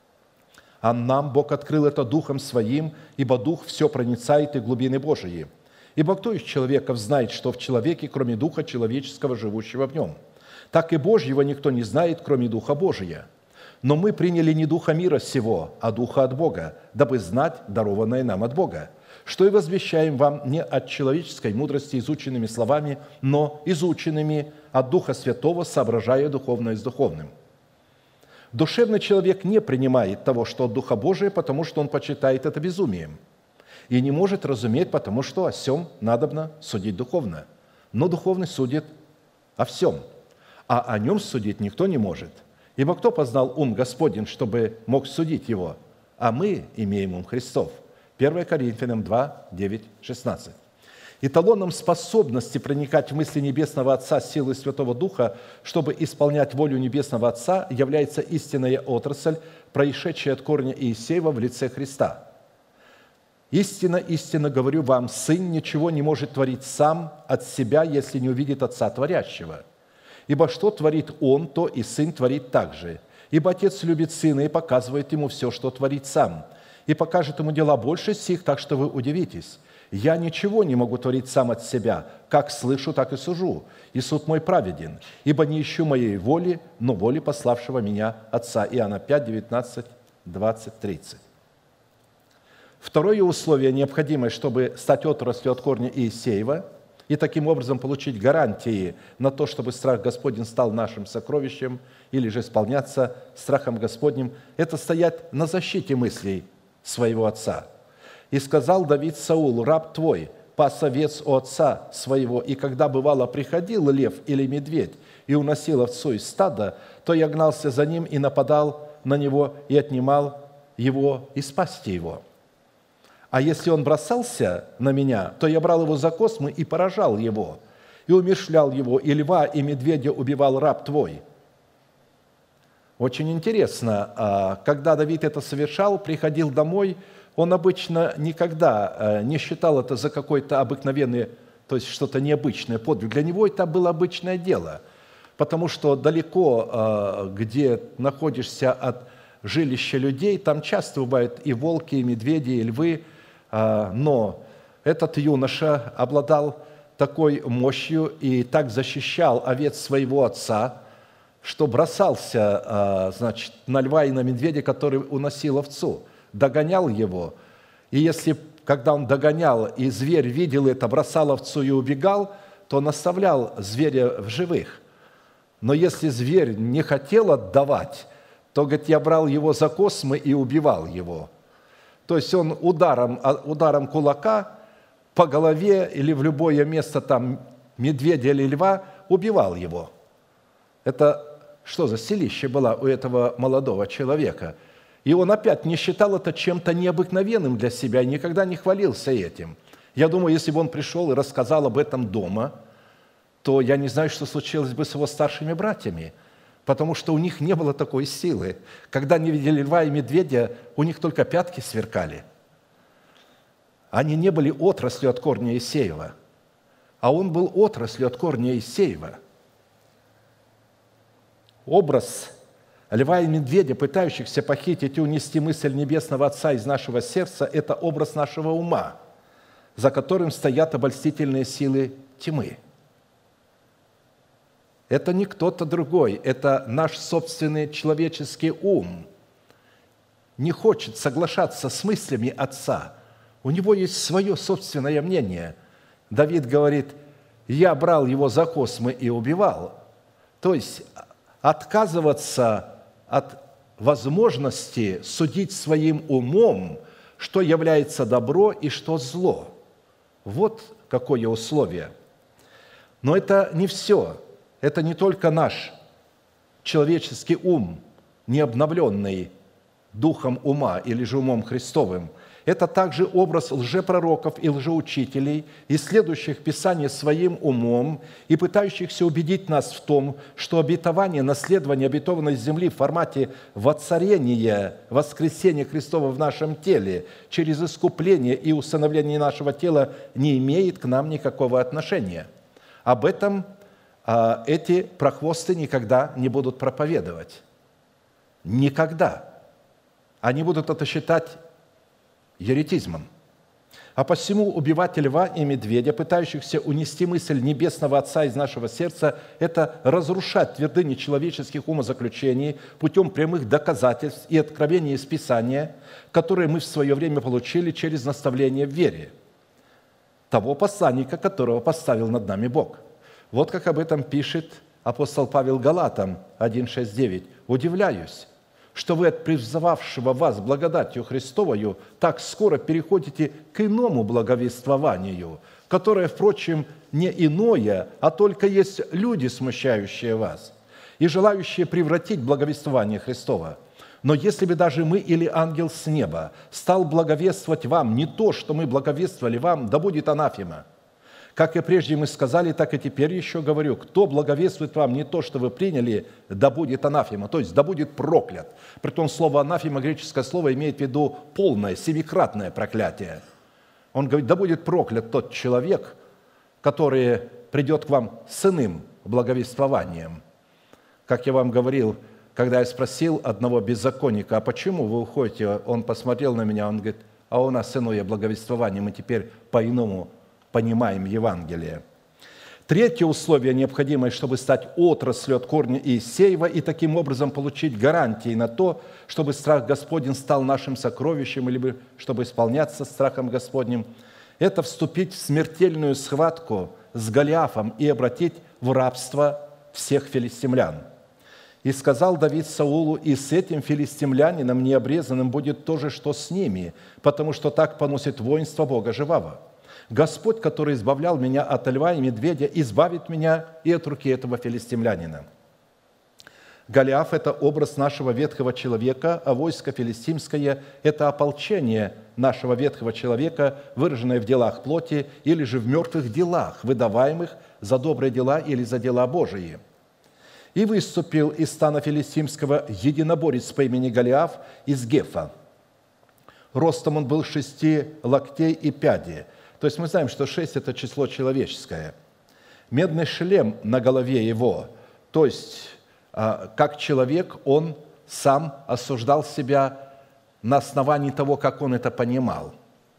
А нам Бог открыл это Духом Своим, ибо Дух все проницает и глубины Божии. Ибо кто из человеков знает, что в человеке, кроме Духа человеческого, живущего в нем? Так и Божьего никто не знает, кроме Духа Божия. Но мы приняли не Духа мира сего, а Духа от Бога, дабы знать дарованное нам от Бога, что и возвещаем вам не от человеческой мудрости изученными словами, но изученными от Духа Святого, соображая духовное с духовным. Душевный человек не принимает того, что от Духа Божия, потому что он почитает это безумием, и не может разуметь, потому что о сем надобно судить духовно. Но духовный судит о всем, а о нем судить никто не может. Ибо кто познал ум Господень, чтобы мог судить его? А мы имеем ум Христов». первое Коринфянам два, девять, шестнадцать. Эталоном способности проникать в мысли Небесного Отца с силой Святого Духа, чтобы исполнять волю Небесного Отца, является истинная отрасль, происшедшая от корня Иисеева в лице Христа. «Истинно, истинно говорю вам, Сын ничего не может творить сам от себя, если не увидит Отца Творящего. Ибо что творит Он, то и Сын творит также. Ибо Отец любит Сына и показывает Ему все, что творит Сам, и покажет Ему дела больше сих, так что вы удивитесь. Я ничего не могу творить сам от себя, как слышу, так и сужу, и суд мой праведен, ибо не ищу моей воли, но воли пославшего меня Отца». Иоанна пять, девятнадцать, двадцать, тридцать. Второе условие, необходимое, чтобы стать отраслью от корня Иисеева и таким образом получить гарантии на то, чтобы страх Господень стал нашим сокровищем или же исполняться страхом Господним, это стоять на защите мыслей своего отца. И сказал Давид Саулу: раб твой пас овец у отца своего, и когда, бывало, приходил лев или медведь и уносил овцу из стада, то я гнался за ним и нападал на него и отнимал его из пасти его. А если он бросался на меня, то я брал его за космы и поражал его, и умерщвлял его, и льва, и медведя убивал раб твой». Очень интересно, когда Давид это совершал, приходил домой, он обычно никогда не считал это за какой-то обыкновенный, то есть что-то необычное подвиг. Для него это было обычное дело, потому что далеко, где находишься от жилища людей, там часто бывают и волки, и медведи, и львы, но этот юноша обладал такой мощью и так защищал овец своего отца, что бросался, значит, на льва и на медведя, который уносил овцу, догонял его. И если, когда он догонял, и зверь видел это, бросал овцу и убегал, то он оставлял зверя в живых. Но если зверь не хотел отдавать, то, говорит, я брал его за космы и убивал его. То есть он ударом, ударом кулака по голове или в любое место там медведя или льва убивал его. Это что за силища была у этого молодого человека? И он опять не считал это чем-то необыкновенным для себя и никогда не хвалился этим. Я думаю, если бы он пришел и рассказал об этом дома, то я не знаю, что случилось бы с его старшими братьями, потому что у них не было такой силы. Когда они видели льва и медведя, у них только пятки сверкали. Они не были отраслью от корня Иисеева, а он был отраслью от корня Иисеева. Образ льва и медведя, пытающихся похитить и унести мысль Небесного Отца из нашего сердца, это образ нашего ума, за которым стоят обольстительные силы тьмы. Это не кто-то другой, это наш собственный человеческий ум. Не хочет соглашаться с мыслями Отца. У него есть свое собственное мнение. Давид говорит: «Я брал его за космы и убивал». То есть отказываться от возможности судить своим умом, что является добро и что зло. Вот какое условие. Но это не все. Это не только наш человеческий ум, не обновленный духом ума или же умом Христовым. Это также образ лжепророков и лжеучителей, исследующих Писание своим умом и пытающихся убедить нас в том, что обетование, наследование обетованной земли в формате воцарения, воскресения Христова в нашем теле через искупление и усыновление нашего тела не имеет к нам никакого отношения. Об этом а, эти прохвосты никогда не будут проповедовать. Никогда. Они будут это считать еретизмом. А посему убивать льва и медведя, пытающихся унести мысль Небесного Отца из нашего сердца, это разрушать твердыни человеческих умозаключений путем прямых доказательств и откровений из Писания, которые мы в свое время получили через наставление в вере того посланника, которого поставил над нами Бог. Вот как об этом пишет апостол Павел Галатам один, шесть, девять. «Удивляюсь, что вы от призывавшего вас благодатью Христовою так скоро переходите к иному благовествованию, которое, впрочем, не иное, а только есть люди, смущающие вас и желающие превратить благовествование Христова. Но если бы даже мы или ангел с неба стал благовествовать вам не то, что мы благовествовали вам, да будет анафема. Как и прежде мы сказали, так и теперь еще говорю, кто благовествует вам не то, что вы приняли, да будет анафема, то есть да будет проклят. Притом слово анафема, греческое слово, имеет в виду полное, семикратное проклятие. Он говорит, да будет проклят тот человек, который придет к вам с иным благовествованием. Как я вам говорил, когда я спросил одного беззаконника, а почему вы уходите, он посмотрел на меня, он говорит, а у нас иное благовествование, мы теперь по-иному понимаем Евангелие. Третье условие, необходимое, чтобы стать отраслью от корня Иисеева и таким образом получить гарантии на то, чтобы страх Господень стал нашим сокровищем, или чтобы исполняться страхом Господним, это вступить в смертельную схватку с Голиафом и обратить в рабство всех филистимлян. И сказал Давид Саулу: и с этим филистимлянином необрезанным будет то же, что с ними, потому что так поносит воинство Бога живого. Господь, который избавлял меня от льва и медведя, избавит меня и от руки этого филистимлянина». Голиаф – это образ нашего ветхого человека, а войско филистимское – это ополчение нашего ветхого человека, выраженное в делах плоти или же в мертвых делах, выдаваемых за добрые дела или за дела Божии. «И выступил из стана филистимского единоборец по имени Голиаф из Гефа. Ростом он был шести локтей и пяди». То есть мы знаем, что шесть – это число человеческое. Медный шлем на голове его, то есть как человек, он сам осуждал себя на основании того, как он это понимал.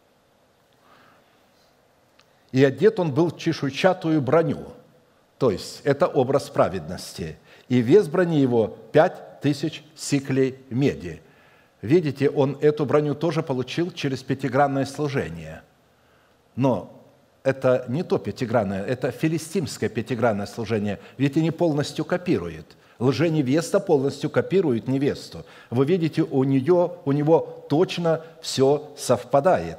И одет он был в чешуйчатую броню, то есть это образ праведности. И вес брони его пять тысяч сиклей меди. Видите, он эту броню тоже получил через пятигранное служение. Но это не то пятигранное, это филистимское пятигранное служение, ведь они полностью копируют. Лженевеста полностью копирует невесту. Вы видите, у нее, у него точно все совпадает.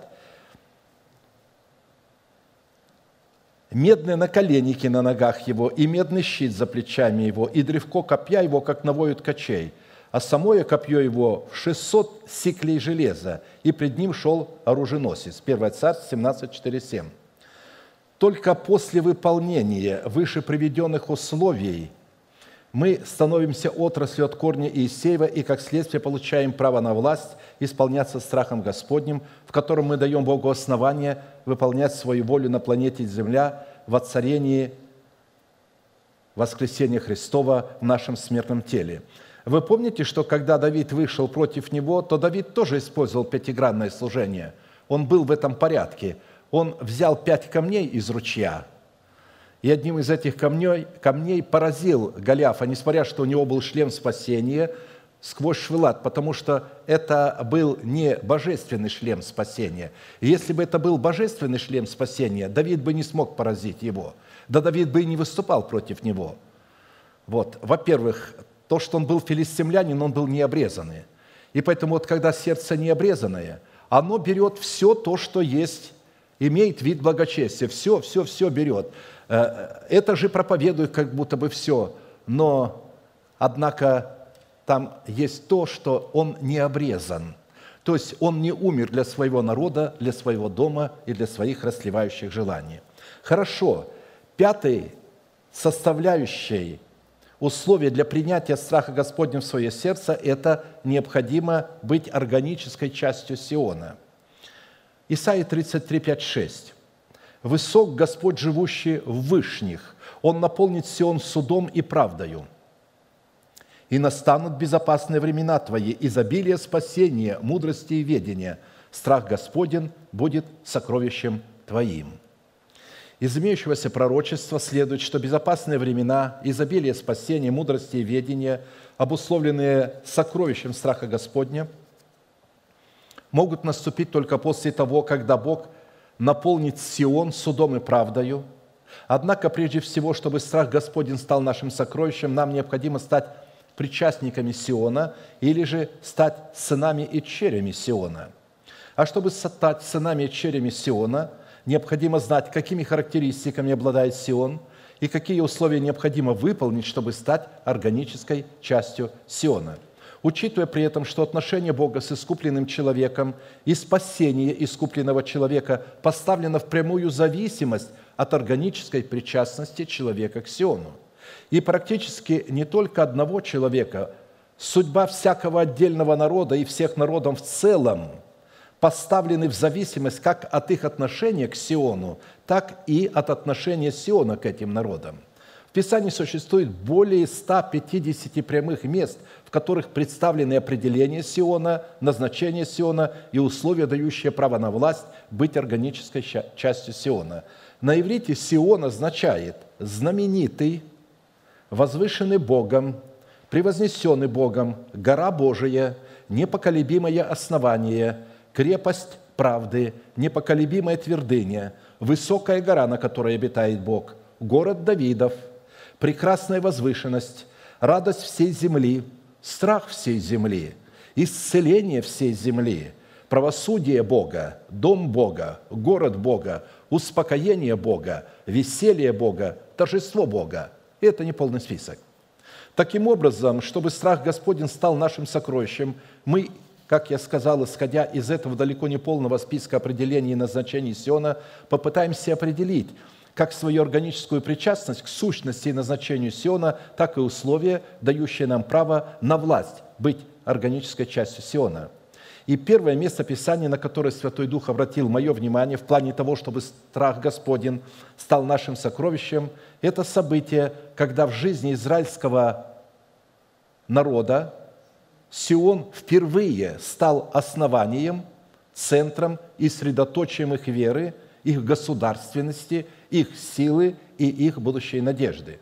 Медные наколенники на ногах его, и медный щит за плечами его, и древко копья его, как навою ткачей, а самое копье его в шестьсот сиклей железа, и пред ним шел оруженосец». первое Царств семнадцать, четыре, семь. Только после выполнения выше приведенных условий мы становимся отраслью от корня Иисеева и, как следствие, получаем право на власть исполняться страхом Господним, в котором мы даем Богу основание выполнять свою волю на планете Земля в воцарении воскресения Христова в нашем смертном теле. Вы помните, что когда Давид вышел против него, то Давид тоже использовал пятигранное служение. Он был в этом порядке. Он взял пять камней из ручья, и одним из этих камней, камней поразил Голиафа, несмотря что у него был шлем спасения, сквозь швелат, потому что это был не божественный шлем спасения. И если бы это был божественный шлем спасения, Давид бы не смог поразить его. Да Давид бы и не выступал против него. Вот. Во-первых, то, что он был филистимлянин, он был необрезанный. И поэтому вот когда сердце необрезанное, оно берет все то, что есть, имеет вид благочестия, все, все, все берет. Это же проповедует как будто бы все, но, однако, там есть то, что он не обрезан. То есть он не умер для своего народа, для своего дома и для своих расливающих желаний. Хорошо. Пятой составляющей условия для принятия страха Господня в свое сердце – это необходимо быть органической частью Сиона. Исайя тридцать три, пять, шесть. «Высок Господь, живущий в вышних, Он наполнит Сион судом и правдою. И настанут безопасные времена Твои, изобилие спасения, мудрости и ведения. Страх Господень будет сокровищем Твоим». Из имеющегося пророчества следует, что безопасные времена, изобилие спасения, мудрости и ведения, обусловленные сокровищем страха Господня, могут наступить только после того, когда Бог наполнит Сион судом и правдою. Однако, прежде всего, чтобы страх Господень стал нашим сокровищем, нам необходимо стать причастниками Сиона или же стать сынами и черями Сиона. А чтобы стать сынами и черями Сиона, необходимо знать, какими характеристиками обладает Сион и какие условия необходимо выполнить, чтобы стать органической частью Сиона. Учитывая при этом, что отношение Бога с искупленным человеком и спасение искупленного человека поставлено в прямую зависимость от органической причастности человека к Сиону. И практически не только одного человека, судьба всякого отдельного народа и всех народов в целом поставлены в зависимость как от их отношения к Сиону, так и от отношения Сиона к этим народам. В Писании существует более ста пятидесяти прямых мест, в которых представлены определения Сиона, назначение Сиона и условия, дающие право на власть быть органической частью Сиона. На иврите Сион означает знаменитый, возвышенный Богом, превознесенный Богом, гора Божия, непоколебимое основание, крепость правды, непоколебимая твердыня, высокая гора, на которой обитает Бог, город Давидов, прекрасная возвышенность, радость всей земли, страх всей земли, исцеление всей земли, правосудие Бога, дом Бога, город Бога, успокоение Бога, веселье Бога, торжество Бога. И это не полный список. Таким образом, чтобы страх Господень стал нашим сокровищем, мы, как я сказал, исходя из этого далеко не полного списка определений и назначений Сиона, попытаемся определить как свою органическую причастность к сущности и назначению Сиона, так и условия, дающие нам право на власть быть органической частью Сиона. И первое место Писания, на которое Святой Дух обратил мое внимание в плане того, чтобы страх Господень стал нашим сокровищем, это событие, когда в жизни израильского народа Сион впервые стал основанием, центром и средоточием их веры, их государственности, их силы и их будущей надежды.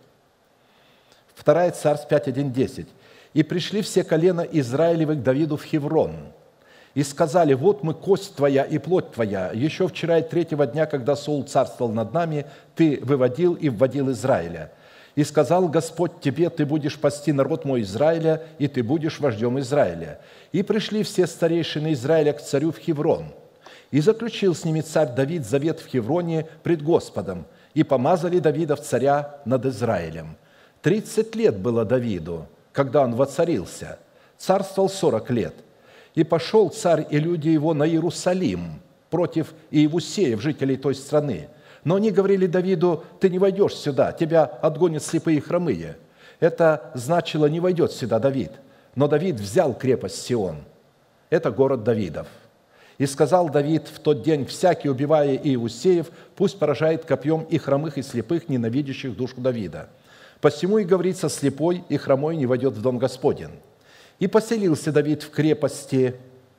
Вторая Царств пять, один, десять. «И пришли все колена Израилевы к Давиду в Хеврон, и сказали: вот мы, кость твоя и плоть твоя. Еще вчера и третьего дня, когда Саул царствовал над нами, ты выводил и вводил Израиля. И сказал Господь тебе: ты будешь пасти народ мой Израиля, и ты будешь вождем Израиля. И пришли все старейшины Израиля к царю в Хеврон. И заключил с ними царь Давид завет в Хевроне пред Господом, и помазали Давида в царя над Израилем. Тридцать лет было Давиду, когда он воцарился, царствовал сорок лет. И пошел царь и люди его на Иерусалим против Иевусеев, жителей той страны. Но они говорили Давиду: ты не войдешь сюда, тебя отгонят слепые и хромые. Это значило: не войдет сюда Давид. Но Давид взял крепость Сион. Это город Давидов. И сказал Давид в тот день: всякий, убивая Иевусеев, пусть поражает копьем и хромых, и слепых, ненавидящих душу Давида. Посему и говорится: слепой и хромой не войдет в дом Господень. И поселился Давид в крепости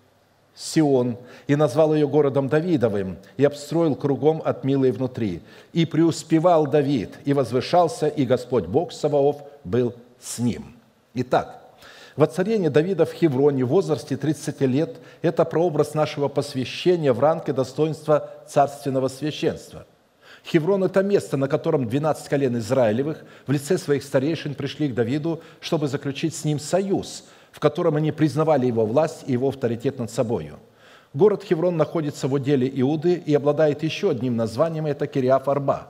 Сион, и назвал ее городом Давидовым, и обстроил кругом от милой внутри. И преуспевал Давид, и возвышался, и Господь Бог Саваоф был с ним». Итак, воцарение Давида в Хевроне в возрасте тридцати лет – это прообраз нашего посвящения в ранг и достоинства царственного священства. Хеврон – это место, на котором двенадцать колен Израилевых в лице своих старейшин пришли к Давиду, чтобы заключить с ним союз, в котором они признавали его власть и его авторитет над собою. Город Хеврон находится в уделе Иуды и обладает еще одним названием – это Кириаф-Арба.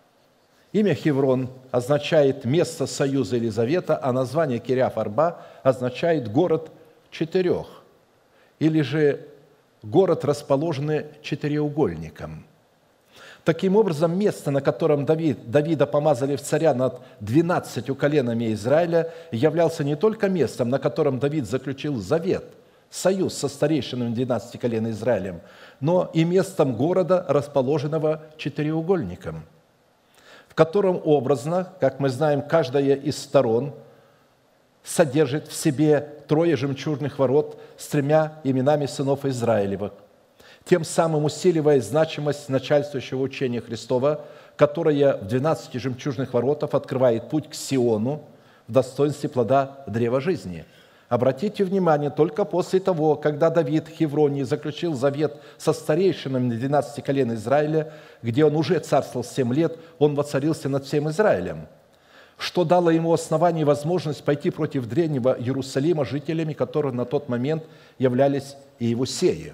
Имя Хеврон означает «место союза или завета», а название Кириаф-Арба означает «город четырех», или же «город, расположенный четыреугольником». Таким образом, место, на котором Давид, Давида помазали в царя над двенадцатью коленами Израиля, являлся не только местом, на котором Давид заключил завет, союз со старейшинами двенадцати колен Израилем, но и местом города, расположенного четыреугольником, в котором образно, как мы знаем, каждая из сторон содержит в себе трое жемчужных ворот с тремя именами сынов Израилевых, тем самым усиливая значимость начальствующего учения Христова, которое в двенадцати жемчужных воротах открывает путь к Сиону в достоинстве плода древа жизни. Обратите внимание, только после того, когда Давид в Хевроне заключил завет со старейшинами двенадцати колен Израиля, где он уже царствовал семь лет, он воцарился над всем Израилем, что дало ему основание и возможность пойти против древнего Иерусалима, жителями которых на тот момент являлись иевусеи.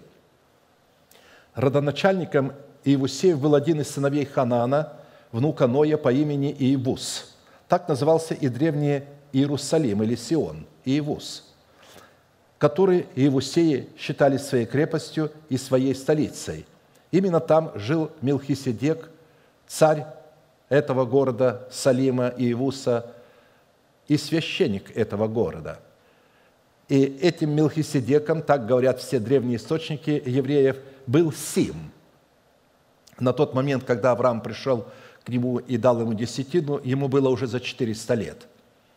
Родоначальником Иевусеев был один из сыновей Ханаана, внука Ноя по имени Иевус. Так назывался и древний Иерусалим или Сион, Иевус, который Иевусеи считали своей крепостью и своей столицей. Именно там жил Мелхиседек, царь этого города, Салима, Иевуса, и священник этого города. И этим Мелхиседеком, так говорят все древние источники евреев, был Сим. На тот момент, когда Авраам пришел к нему и дал ему десятину, ему было уже за четыреста лет.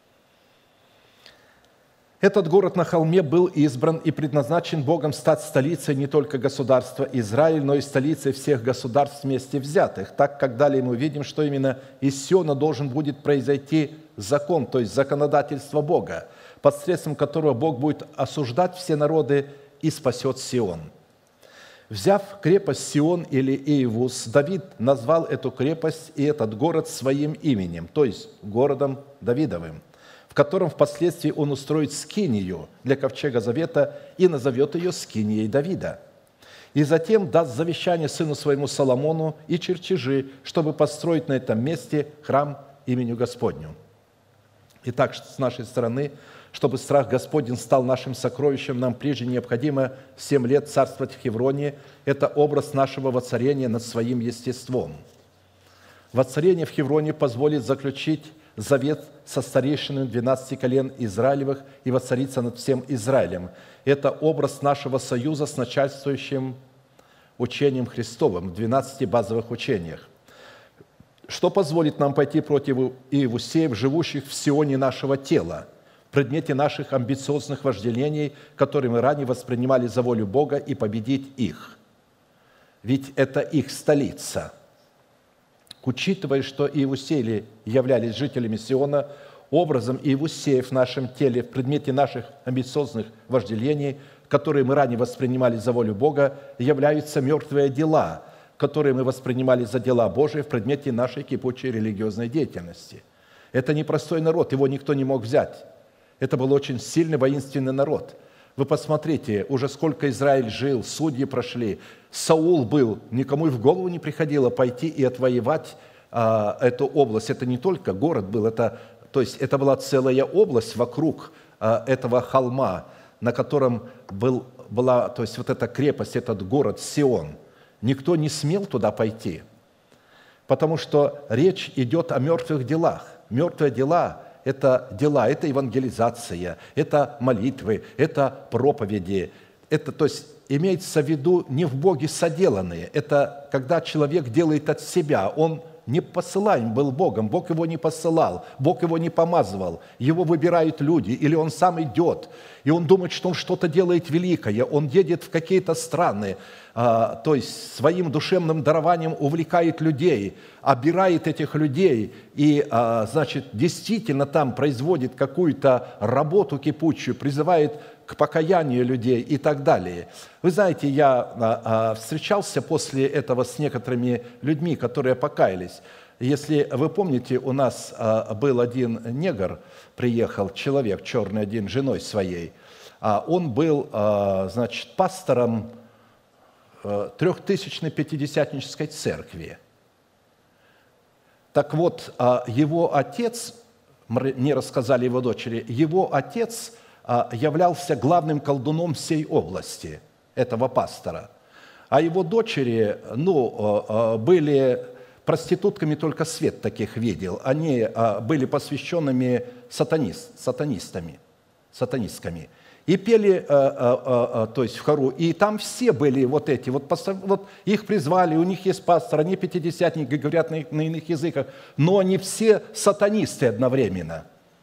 Этот город на холме был избран и предназначен Богом стать столицей не только государства Израиль, но и столицей всех государств вместе взятых. Так как далее мы видим, что именно из Сиона должен будет произойти закон, то есть законодательство Бога, посредством которого Бог будет осуждать все народы и спасет Сион. Взяв крепость Сион или Иевус, Давид назвал эту крепость и этот город своим именем, то есть городом Давидовым, в котором впоследствии он устроит скинию для ковчега завета и назовет ее скинией Давида. И затем даст завещание сыну своему Соломону и чертежи, чтобы построить на этом месте храм имени Господню. Итак, с нашей стороны, чтобы страх Господень стал нашим сокровищем, нам прежде необходимо семь лет царствовать в Хевроне. Это образ нашего воцарения над своим естеством. Воцарение в Хевроне позволит заключить завет со старейшинами двенадцати колен Израилевых и воцариться над всем Израилем. Это образ нашего союза с начальствующим учением Христовым в двенадцати базовых учениях, что позволит нам пойти против Иевусеев, живущих в Сионе нашего тела, в предмете наших амбициозных вожделений, которые мы ранее воспринимали за волю Бога, и победить их. Ведь это их столица. Учитывая, что Иевусеи являлись жителями Сиона, образом Иевусеев в нашем теле, в предмете наших амбициозных вожделений, которые мы ранее воспринимали за волю Бога, являются мертвые дела, которые мы воспринимали за дела Божии в предмете нашей кипучей религиозной деятельности. Это непростой народ, его никто не мог взять. Это был очень сильный воинственный народ. Вы посмотрите, уже сколько Израиль жил, судьи прошли. Саул был, никому и в голову не приходило пойти и отвоевать а, эту область. Это не только город был, это, то есть это была целая область вокруг а, этого холма, на котором был, была, то есть вот эта крепость, этот город Сион. Никто не смел туда пойти, потому что речь идет о мертвых делах. Мертвые дела – это дела, это евангелизация, это молитвы, это проповеди. Это, то есть, имеется в виду не в Боге соделанные. Это когда человек делает от себя. Он не посылаем был Богом, Бог его не посылал, Бог его не помазывал. Его выбирают люди, или он сам идет, и он думает, что он что-то делает великое. Он едет в какие-то страны, то есть своим душевным дарованием увлекает людей, обирает этих людей и, значит, действительно там производит какую-то работу кипучую, призывает к покаянию людей и так далее. Вы знаете, я встречался после этого с некоторыми людьми, которые покаялись. Если вы помните, у нас был один негр, приехал человек, черный один, с женой своей. Он был, значит, пастором трехтысячной пятидесятнической церкви. Так вот, его отец, мне рассказали его дочери, его отец являлся главным колдуном всей области, этого пастора. А его дочери, ну, были проститутками, только свет таких видел. Они были посвященными сатанист, сатанистами, сатанистками. И пели, то есть в хору, и там все были вот эти, вот, вот их призвали, у них есть пастор, они пятидесятники, говорят на, на иных языках, но они все сатанисты одновременно.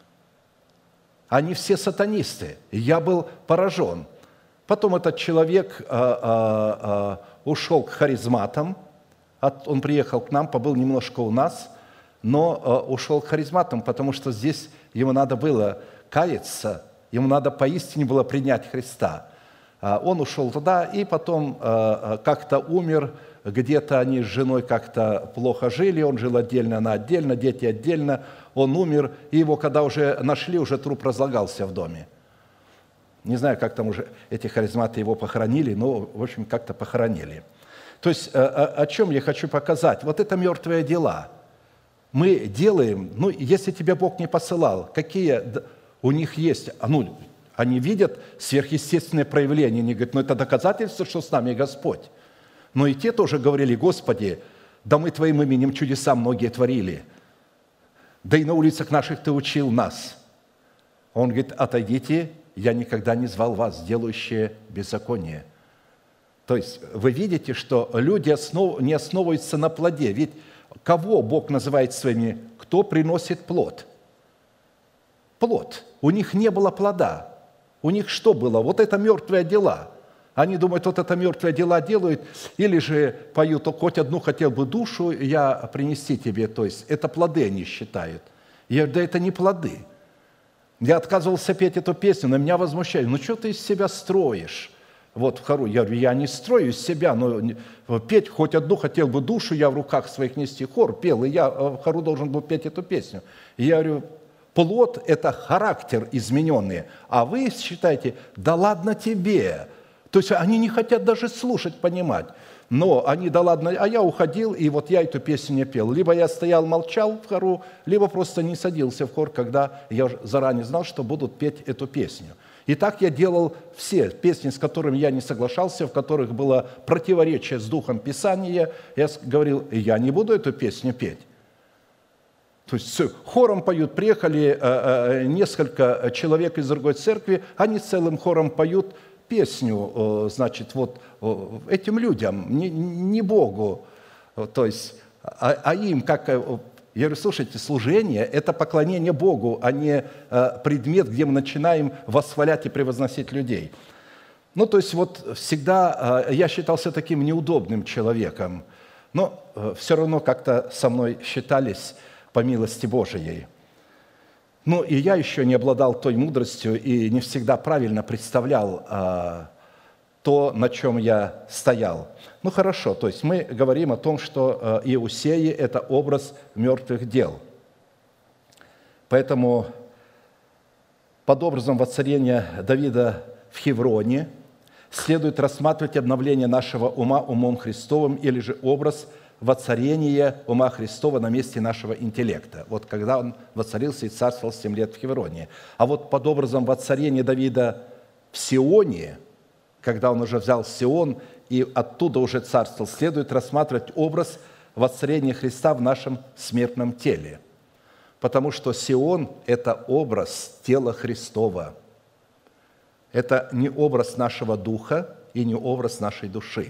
Они все сатанисты. И я был поражен. Потом этот человек а, а, а, ушел к харизматам, он приехал к нам, побыл немножко у нас, но а, ушел к харизматам, потому что здесь ему надо было каяться, ему надо поистине было принять Христа. Он ушел туда и потом как-то умер, где-то они с женой как-то плохо жили, он жил отдельно, она отдельно, дети отдельно, он умер, и его, когда уже нашли, уже труп разлагался в доме. Не знаю, как там уже эти харизматы его похоронили, но, в общем, как-то похоронили. То есть, о, о чем я хочу показать? Вот это мертвые дела. Мы делаем, ну, если тебя Бог не посылал, какие... У них есть, ну, они видят сверхъестественное проявление, они говорят, ну, это доказательство, что с нами Господь. Но и те тоже говорили, Господи, да мы Твоим именем чудеса многие творили, да и на улицах наших Ты учил нас. Он говорит, отойдите, я никогда не звал вас, делающие беззаконие. То есть вы видите, что люди основ... не основываются на плоде. Ведь кого Бог называет своими? Кто приносит плод? Плод. У них не было плода. У них что было? Вот это мертвые дела. Они думают, вот это мертвые дела делают, или же поют, хоть одну хотел бы душу я принести тебе. То есть это плоды они считают. Я говорю, да это не плоды. Я отказывался петь эту песню, на меня возмущают. Ну что ты из себя строишь? Вот в хору. Я говорю, я не строю из себя, но петь хоть одну хотел бы душу я в руках своих нести. Хор пел, и я в хору должен был петь эту песню. И я говорю, Плод – это характер измененный. А вы считаете, да ладно тебе. То есть они не хотят даже слушать, понимать. Но они, да ладно, а я уходил, и вот я эту песню не пел. Либо я стоял, молчал в хору, либо просто не садился в хор, когда я заранее знал, что будут петь эту песню. И так я делал все песни, с которыми я не соглашался, в которых было противоречие с духом Писания. Я говорил, я не буду эту песню петь. То есть с хором поют, приехали несколько человек из другой церкви, они целым хором поют песню, значит, вот этим людям, не, не Богу, то есть, а, а им, как, я говорю, слушайте, служение – это поклонение Богу, а не предмет, где мы начинаем восхвалять и превозносить людей. Ну, то есть, вот всегда я считался таким неудобным человеком, но все равно как-то со мной считались по милости Божией. Ну, и я еще не обладал той мудростью и не всегда правильно представлял а, то, на чем я стоял. Ну, хорошо, то есть мы говорим о том, что а, Иусеи – это образ мертвых дел. Поэтому под образом воцарения Давида в Хевроне следует рассматривать обновление нашего ума умом Христовым или же образ воцарение ума Христова на месте нашего интеллекта. Вот когда он воцарился и царствовал семь лет в Хевроне. А вот под образом воцарения Давида в Сионе, когда он уже взял Сион и оттуда уже царствовал, следует рассматривать образ воцарения Христа в нашем смертном теле. Потому что Сион – это образ тела Христова. Это не образ нашего духа и не образ нашей души.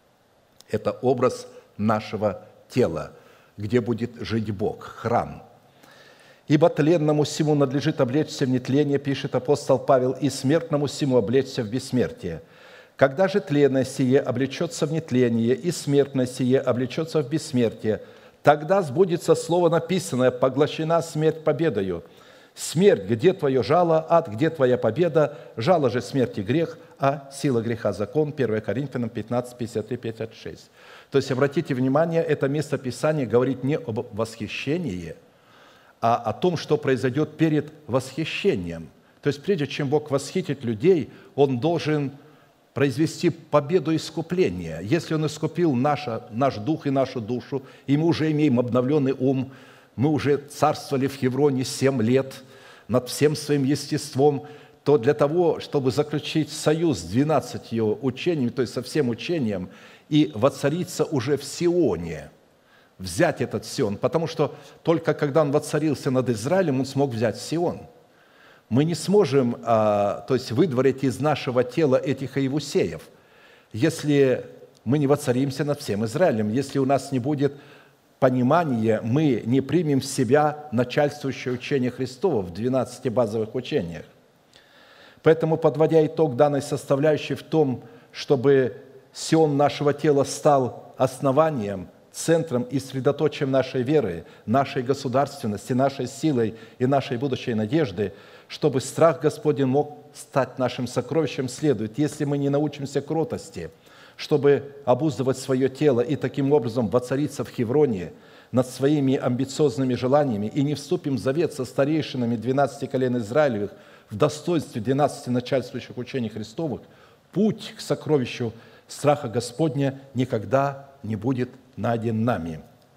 Это образ нашего тела, где будет жить Бог, храм. «Ибо тленному сему надлежит облечься в нетление, пишет апостол Павел, и смертному сему облечься в бессмертие. Когда же тленное сие облечется в нетление, и смертное сие облечется в бессмертие, тогда сбудется слово написанное: поглощена смерть победою. Смерть, где твое жало? Ад, где твоя победа? Жало же смерти грех, а сила греха закон». первое Коринфянам пятнадцать, пятьдесят три, пятьдесят шесть. То есть, обратите внимание, это место Писания говорит не об восхищении, а о том, что произойдет перед восхищением. То есть, прежде чем Бог восхитит людей, Он должен произвести победу искупления. Если Он искупил наше, наш дух и нашу душу, и мы уже имеем обновленный ум, мы уже царствовали в Хевроне семь лет над всем своим естеством, то для того, чтобы заключить союз с двенадцатью учениями, то есть со всем учением, и воцариться уже в Сионе, взять этот Сион, потому что только когда он воцарился над Израилем, он смог взять Сион. Мы не сможем, то есть, выдворить из нашего тела этих Иевусеев, если мы не воцаримся над всем Израилем, если у нас не будет понимания, мы не примем в себя начальствующее учение Христово в двенадцати базовых учениях. Поэтому, подводя итог данной составляющей в том, чтобы Сион нашего тела стал основанием, центром и средоточием нашей веры, нашей государственности, нашей силой и нашей будущей надежды, чтобы страх Господень мог стать нашим сокровищем, следует, если мы не научимся кротости, чтобы обуздывать свое тело и таким образом воцариться в Хевроне над своими амбициозными желаниями и не вступим в завет со старейшинами двенадцати колен Израилевых в достоинстве двенадцати начальствующих учений Христовых, путь к сокровищу страха Господня никогда не будет найден нами.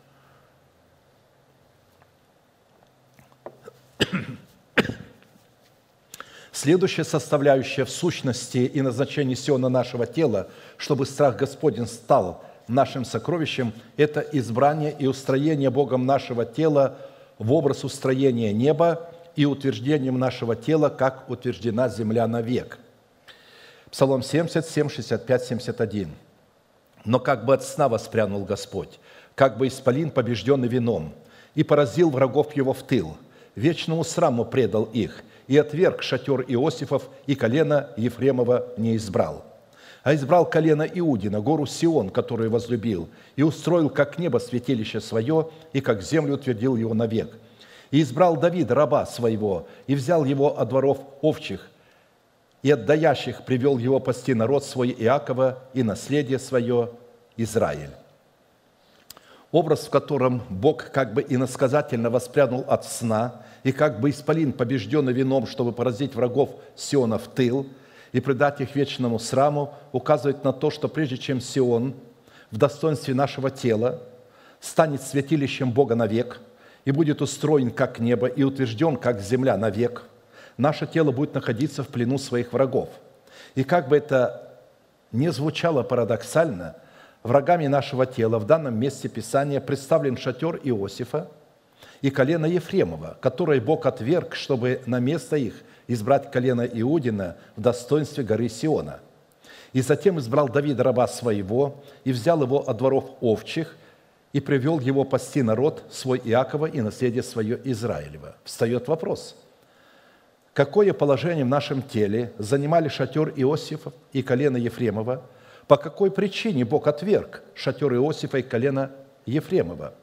Следующая составляющая в сущности и назначении Сиона нашего тела, чтобы страх Господень стал нашим сокровищем, это избрание и устроение Богом нашего тела в образ устроения неба и утверждением нашего тела, как утверждена земля навек. Псалом семьдесят семь, шестьдесят пять, семьдесят один. «Но как бы от сна воспрянул Господь, как бы исполин, побежденный вином, и поразил врагов его в тыл, вечному сраму предал их, и отверг шатер Иосифов, и колено Ефремова не избрал. А избрал колено Иудина, гору Сион, которую возлюбил, и устроил, как небо, святилище свое, и как землю утвердил его навек. И избрал Давида, раба своего, и взял его от дворов овчих, и от даящих привел его пасти народ свой Иакова и наследие свое Израиль». образ, в котором Бог как бы иносказательно воспрянул от сна, и как бы исполин, побежденный вином, чтобы поразить врагов Сиона в тыл и предать их вечному сраму, указывает на то, что прежде чем Сион в достоинстве нашего тела станет святилищем Бога навек и будет устроен как небо и утвержден как земля навек, наше тело будет находиться в плену своих врагов. И как бы это ни звучало парадоксально, врагами нашего тела в данном месте Писания представлен шатер Иосифа и колено Ефремова, которое Бог отверг, чтобы на место их избрать колено Иудина в достоинстве горы Сиона. И затем избрал Давида, раба своего, и взял его от дворов овчих, и привел его пасти народ свой Иакова и наследие свое Израилева. Встает вопрос, какое положение в нашем теле занимали шатер Иосифа и колено Ефремова, по какой причине Бог отверг шатер Иосифа и колено Ефремова?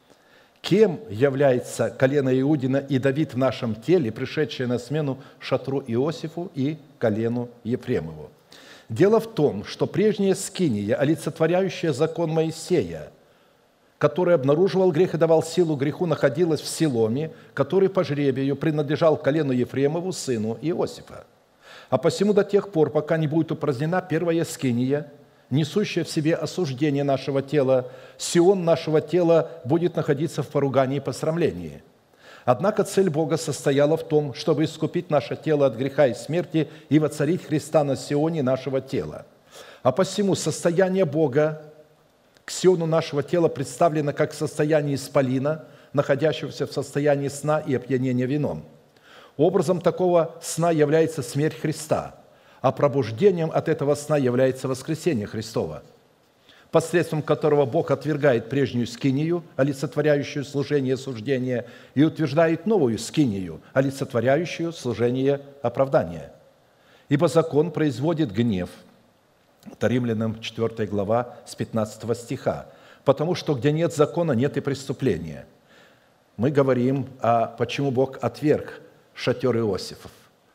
Кем является колено Иудина и Давид в нашем теле, пришедшие на смену шатру Иосифу и колену Ефремову? Дело в том, что прежняя скиния, олицетворяющая закон Моисея, который обнаруживал грех и давал силу греху, находилась в Силоме, который по жребию принадлежал колену Ефремову, сыну Иосифа. А посему до тех пор, пока не будет упразднена первая скиния, несущая в себе осуждение нашего тела, Сион нашего тела будет находиться в поругании и посрамлении. Однако цель Бога состояла в том, чтобы искупить наше тело от греха и смерти и воцарить Христа на Сионе нашего тела. А посему состояние Бога к Сиону нашего тела представлено как состояние исполина, находящегося в состоянии сна и опьянения вином. Образом такого сна является смерть Христа, а пробуждением от этого сна является воскресение Христова, посредством которого Бог отвергает прежнюю скинию, олицетворяющую служение и суждение, и утверждает новую скинию, олицетворяющую служение оправдания. Ибо закон производит гнев. Это Римлянам четвёртая глава с пятнадцатого стиха. Потому что где нет закона, нет и преступления. Мы говорим, а почему Бог отверг шатер Иосифов?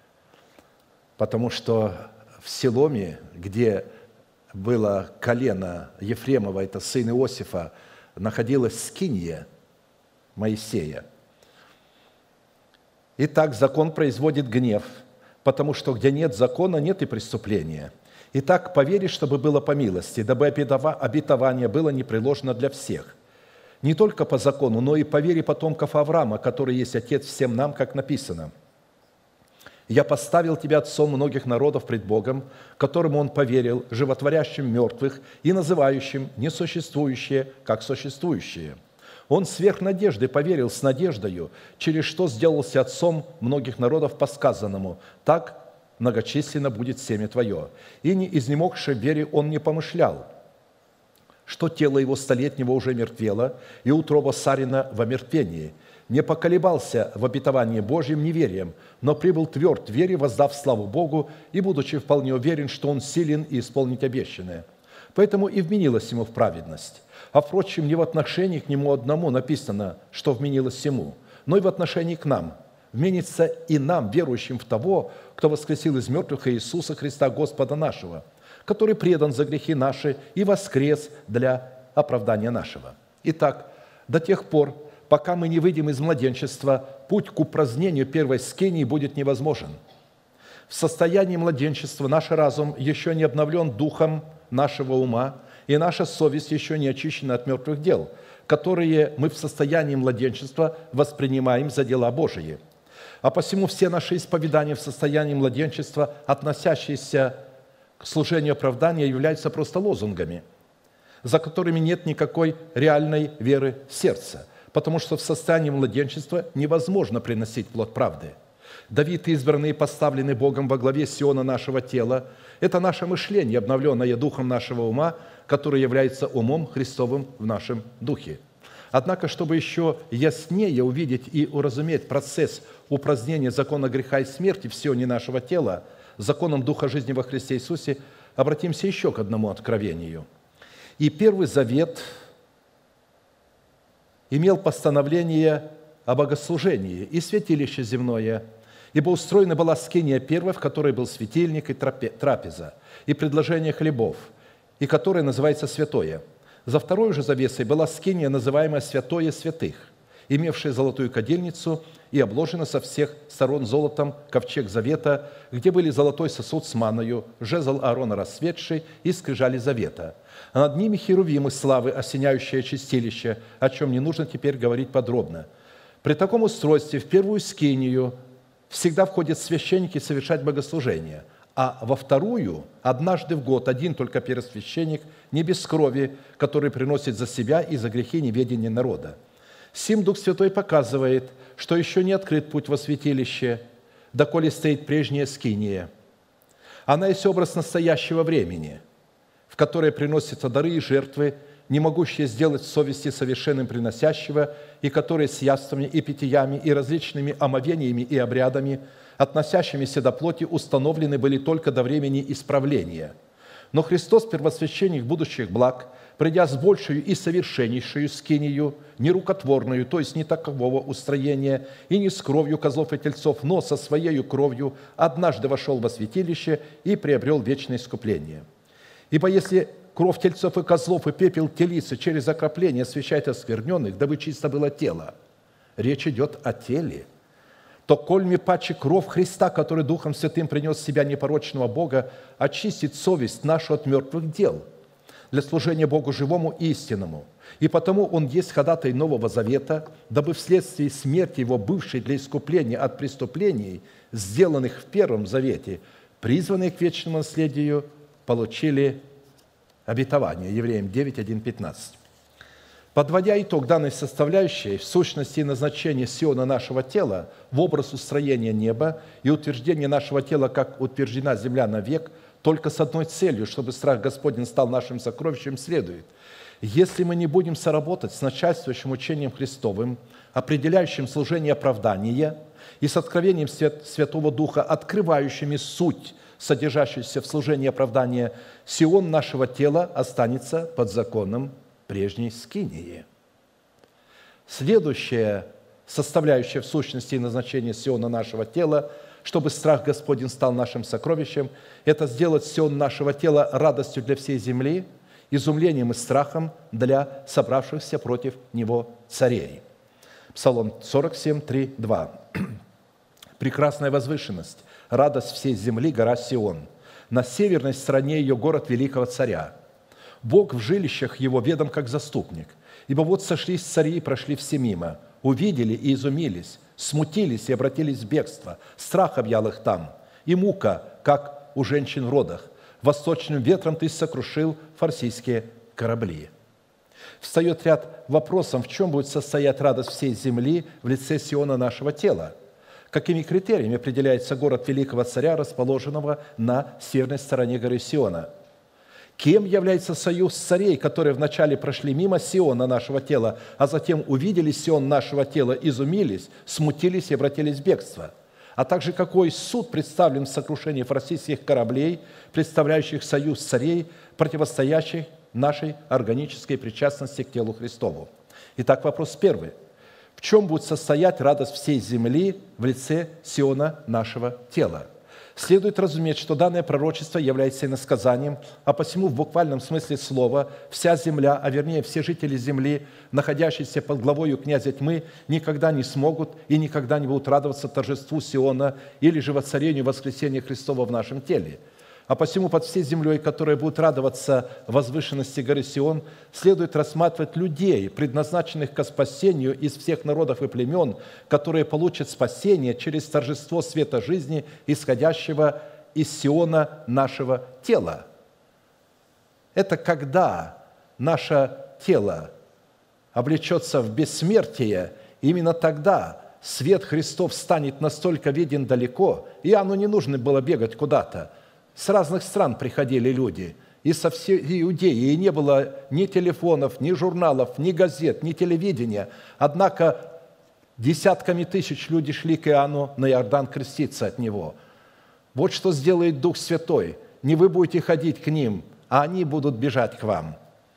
Потому что в Силоме, где было колено Ефремова, это сын Иосифа, находилась скиния Моисея. Итак, закон производит гнев, потому что где нет закона, нет и преступления. Итак, по вере, чтобы было по милости, дабы обетование было непреложно для всех. Не только по закону, но и по вере потомков Авраама, который есть отец всем нам, как написано. «Я поставил тебя отцом многих народов пред Богом, которому он поверил, животворящим мертвых и называющим несуществующее, как существующее. Он сверх надежды поверил с надеждою, через что сделался отцом многих народов по сказанному, так многочисленно будет семя твое. И не изнемогши в вере он не помышлял, что тело его столетнего уже мертвело, и утроба Сарина в омертвении. Не поколебался в обетовании Божьим неверием, но прибыл тверд в вере, воздав славу Богу, и, будучи вполне уверен, что он силен и исполнить обещанное. Поэтому и вменилось ему в праведность. А, впрочем, не в отношении к нему одному написано, что вменилось ему, но и в отношении к нам. Вменится и нам, верующим в того, кто воскресил из мертвых Иисуса Христа, Господа нашего, который предан за грехи наши и воскрес для оправдания нашего. Итак, до тех пор, пока мы не выйдем из младенчества, путь к упразднению первой скинии будет невозможен. В состоянии младенчества наш разум еще не обновлен духом нашего ума, и наша совесть еще не очищена от мертвых дел, которые мы в состоянии младенчества воспринимаем за дела Божии. А посему все наши исповедания в состоянии младенчества, относящиеся к служению оправдания, являются просто лозунгами, за которыми нет никакой реальной веры сердца, потому что в состоянии младенчества невозможно приносить плод правды. Давид, избранный и поставленный Богом во главе Сиона нашего тела, это наше мышление, обновленное духом нашего ума, который является умом Христовым в нашем духе. Однако, чтобы еще яснее увидеть и уразуметь процесс упразднения закона греха и смерти в Сионе нашего тела, законом Духа жизни во Христе Иисусе, обратимся еще к одному откровению. И Первый Завет имел постановление о богослужении и святилище земное, ибо устроена была скиния первая, в которой был светильник и трапеза, и предложение хлебов, и которое называется святое. За второй же завесой была скиния, называемая «Святое святых», имевшая золотую кадильницу и обложена со всех сторон золотом ковчег завета, где были золотой сосуд с маною, жезл Аарона расцветший и скрижали завета. А над ними херувимы славы, осеняющие чистилище, о чем не нужно теперь говорить подробно. При таком устройстве в первую скинию всегда входят священники совершать богослужение, а во вторую однажды в год один только первосвященник, не без крови, который приносит за себя и за грехи неведения народа. Сим Дух Святой показывает, что еще не открыт путь во святилище, доколе стоит прежняя скиния. Она есть образ настоящего времени, в которое приносятся дары и жертвы, не могущие сделать в совести совершенным приносящего, и которые с яствами и питьями и различными омовениями и обрядами, относящимися до плоти, установлены были только до времени исправления. Но Христос, первосвященник будущих благ, придя с большую и совершеннейшую скинию, не рукотворную, то есть не такового устроения, и не с кровью козлов и тельцов, но со своей кровью, однажды вошел во святилище и приобрел вечное искупление. Ибо если кровь тельцов и козлов и пепел телицы через окропление освящает оскверненных, дабы чисто было тело, речь идет о теле, то кольми паче кровь Христа, который Духом Святым принес в себя непорочного Бога, очистит совесть нашу от мертвых дел для служения Богу живому и истинному. И потому Он есть ходатай Нового Завета, дабы вследствие смерти Его, бывшей для искупления от преступлений, сделанных в Первом Завете, призванные к вечному наследию, получили обетование. Евреям девять, один, пятнадцать. Подводя итог данной составляющей, в сущности и назначении Сиона нашего тела в образ устроения неба и утверждения нашего тела, как утверждена земля навек, только с одной целью, чтобы страх Господень стал нашим сокровищем, следует: если мы не будем соработать с начальствующим учением Христовым, определяющим служение оправдания, и с откровением Святого Духа, открывающими суть, содержащуюся в служении оправдания, Сион нашего тела останется под законом прежней скинии. Следующая составляющая в сущности и назначение Сиона нашего тела, чтобы страх Господень стал нашим сокровищем, это сделать Сион нашего тела радостью для всей земли, изумлением и страхом для собравшихся против него царей. Псалом сорок семь, три, два. «Прекрасная возвышенность, радость всей земли, гора Сион, на северной стороне ее город великого царя. Бог в жилищах его ведом как заступник. Ибо вот сошлись цари и прошли все мимо, увидели и изумились, смутились и обратились в бегство. Страх объял их там, и мука, как у женщин в родах. Восточным ветром ты сокрушил фарсийские корабли». Встает ряд вопросов, в чем будет состоять радость всей земли в лице Сиона нашего тела. Какими критериями определяется город великого царя, расположенного на северной стороне горы Сиона? Кем является союз царей, которые вначале прошли мимо Сиона нашего тела, а затем увидели Сион нашего тела, изумились, смутились и обратились в бегство? А также какой суд представлен в сокрушении фарсийских кораблей, представляющих союз царей, противостоящих нашей органической причастности к телу Христову? Итак, вопрос первый. В чем будет состоять радость всей земли в лице Сиона нашего тела? Следует разуметь, что данное пророчество является иносказанием, а посему в буквальном смысле слова вся земля, а вернее все жители земли, находящиеся под главою князя тьмы, никогда не смогут и никогда не будут радоваться торжеству Сиона или же воцарению воскресения Христова в нашем теле. А посему под всей землей, которая будет радоваться возвышенности горы Сион, следует рассматривать людей, предназначенных ко спасению из всех народов и племен, которые получат спасение через торжество света жизни, исходящего из Сиона нашего тела. Это когда наше тело облечется в бессмертие, именно тогда свет Христов станет настолько виден далеко, и оно не нужно было бегать куда-то. С разных стран приходили люди, и со всей Иудеи, и не было ни телефонов, ни журналов, ни газет, ни телевидения. Однако десятками тысяч люди шли к Иоанну на Иордан креститься от него. Вот что сделает Дух Святой. Не вы будете ходить к ним, а они будут бежать к вам.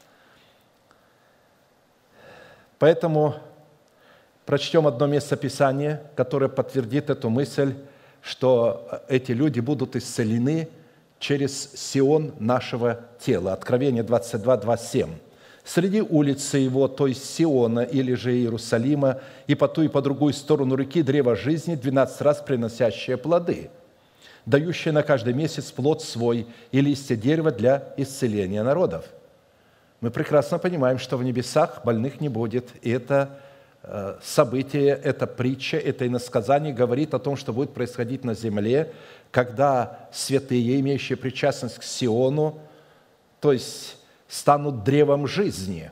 Поэтому прочтем одно место Писания, которое подтвердит эту мысль, что эти люди будут исцелены через Сион нашего тела. Откровение двадцать два, двадцать семь. Среди улицы его, то есть Сиона или же Иерусалима, и по ту и по другую сторону реки древо жизни, двенадцать раз приносящее плоды, дающее на каждый месяц плод свой и листья дерева для исцеления народов». Мы прекрасно понимаем, что в небесах больных не будет, и это э, событие, эта притча, это иносказание говорит о том, что будет происходить на земле, когда святые, имеющие причастность к Сиону, то есть станут древом жизни.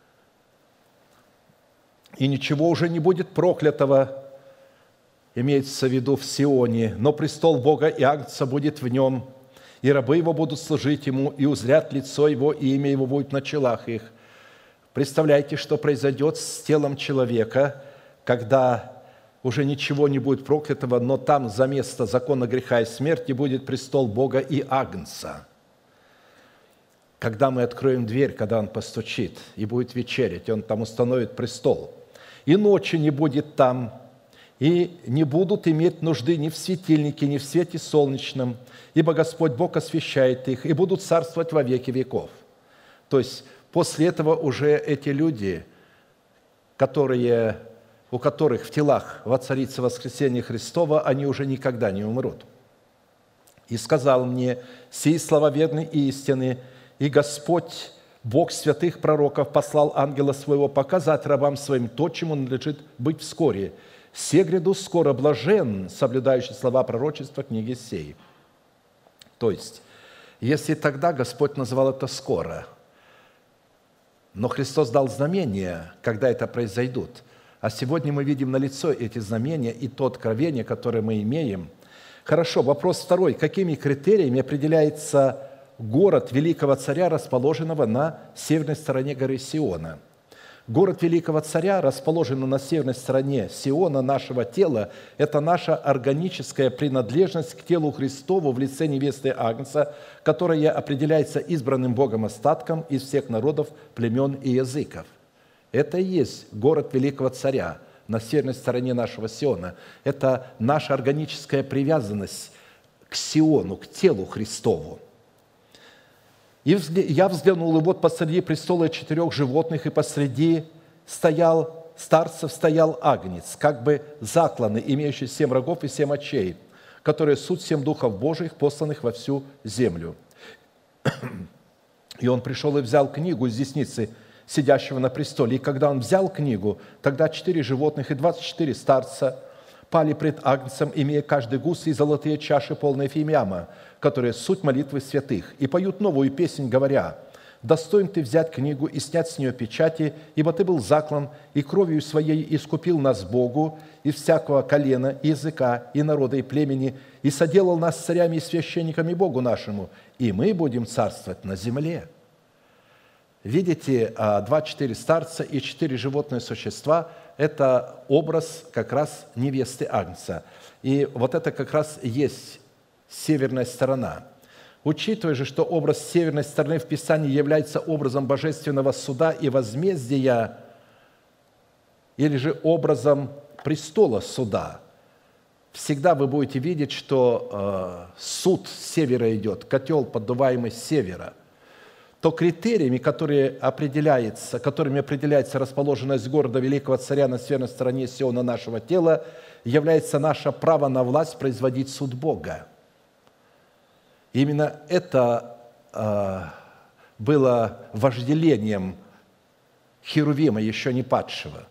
И ничего уже не будет проклятого, имеется в виду в Сионе, но престол Бога и Агнца будет в нем, и рабы его будут служить ему, и узрят лицо его, и имя его будет на челах их. Представляете, что произойдет с телом человека, когда уже ничего не будет проклятого, но там за место закона греха и смерти будет престол Бога и Агнца. Когда мы откроем дверь, когда Он постучит и будет вечерять, Он там установит престол. И ночи не будет там, и не будут иметь нужды ни в светильнике, ни в свете солнечном, ибо Господь Бог освящает их, и будут царствовать во веки веков». То есть после этого уже эти люди, которые, у которых в телах воцарится воскресение Христово, они уже никогда не умрут. «И сказал мне: сии слова верны и истины, и Господь, Бог святых пророков, послал ангела своего показать рабам своим то, чему надлежит быть вскоре. Се гряду скоро, блажен, соблюдающий слова пророчества книги сей». То есть, если тогда Господь называл это скоро, но Христос дал знамения, когда это произойдут, а сегодня мы видим налицо эти знамения и то откровение, которое мы имеем. Хорошо, вопрос второй. Какими критериями определяется город великого царя, расположенного на северной стороне горы Сиона? Город великого царя, расположенный на северной стороне Сиона, нашего тела, это наша органическая принадлежность к телу Христову в лице невесты Агнца, которая определяется избранным Богом остатком из всех народов, племен и языков. Это и есть город великого царя на северной стороне нашего Сиона. Это наша органическая привязанность к Сиону, к телу Христову. И я взглянул, и вот посреди престола четырех животных, и посреди стоял, старцев стоял агнец, как бы закланный, имеющий семь рогов и семь очей, которые суть семь духов Божиих, посланных во всю землю. И он пришел и взял книгу из десницы сидящего на престоле. И когда он взял книгу, тогда четыре животных и двадцать четыре старца пали пред Агнцем, имея каждый гус и золотые чаши, полные фимиама, которые суть молитвы святых, и поют новую песнь, говоря: «Достоин ты взять книгу и снять с нее печати, ибо ты был заклан, и кровью своей искупил нас Богу из всякого колена, и языка, и народа, и племени, и соделал нас царями и священниками Богу нашему, и мы будем царствовать на земле». Видите, два-четыре старца и четыре животные существа – это образ как раз невесты Агнца. И вот это как раз есть северная сторона. Учитывая же, что образ северной стороны в Писании является образом божественного суда и возмездия, или же образом престола суда, всегда вы будете видеть, что э, суд с севера идет, котел, поддуваемый с севера, то критериями, которые определяется, которыми определяется расположенность города великого царя на северной стороне Сиона нашего тела, является наше право на власть производить суд Бога. Именно это э, было вожделением Херувима, еще не падшего.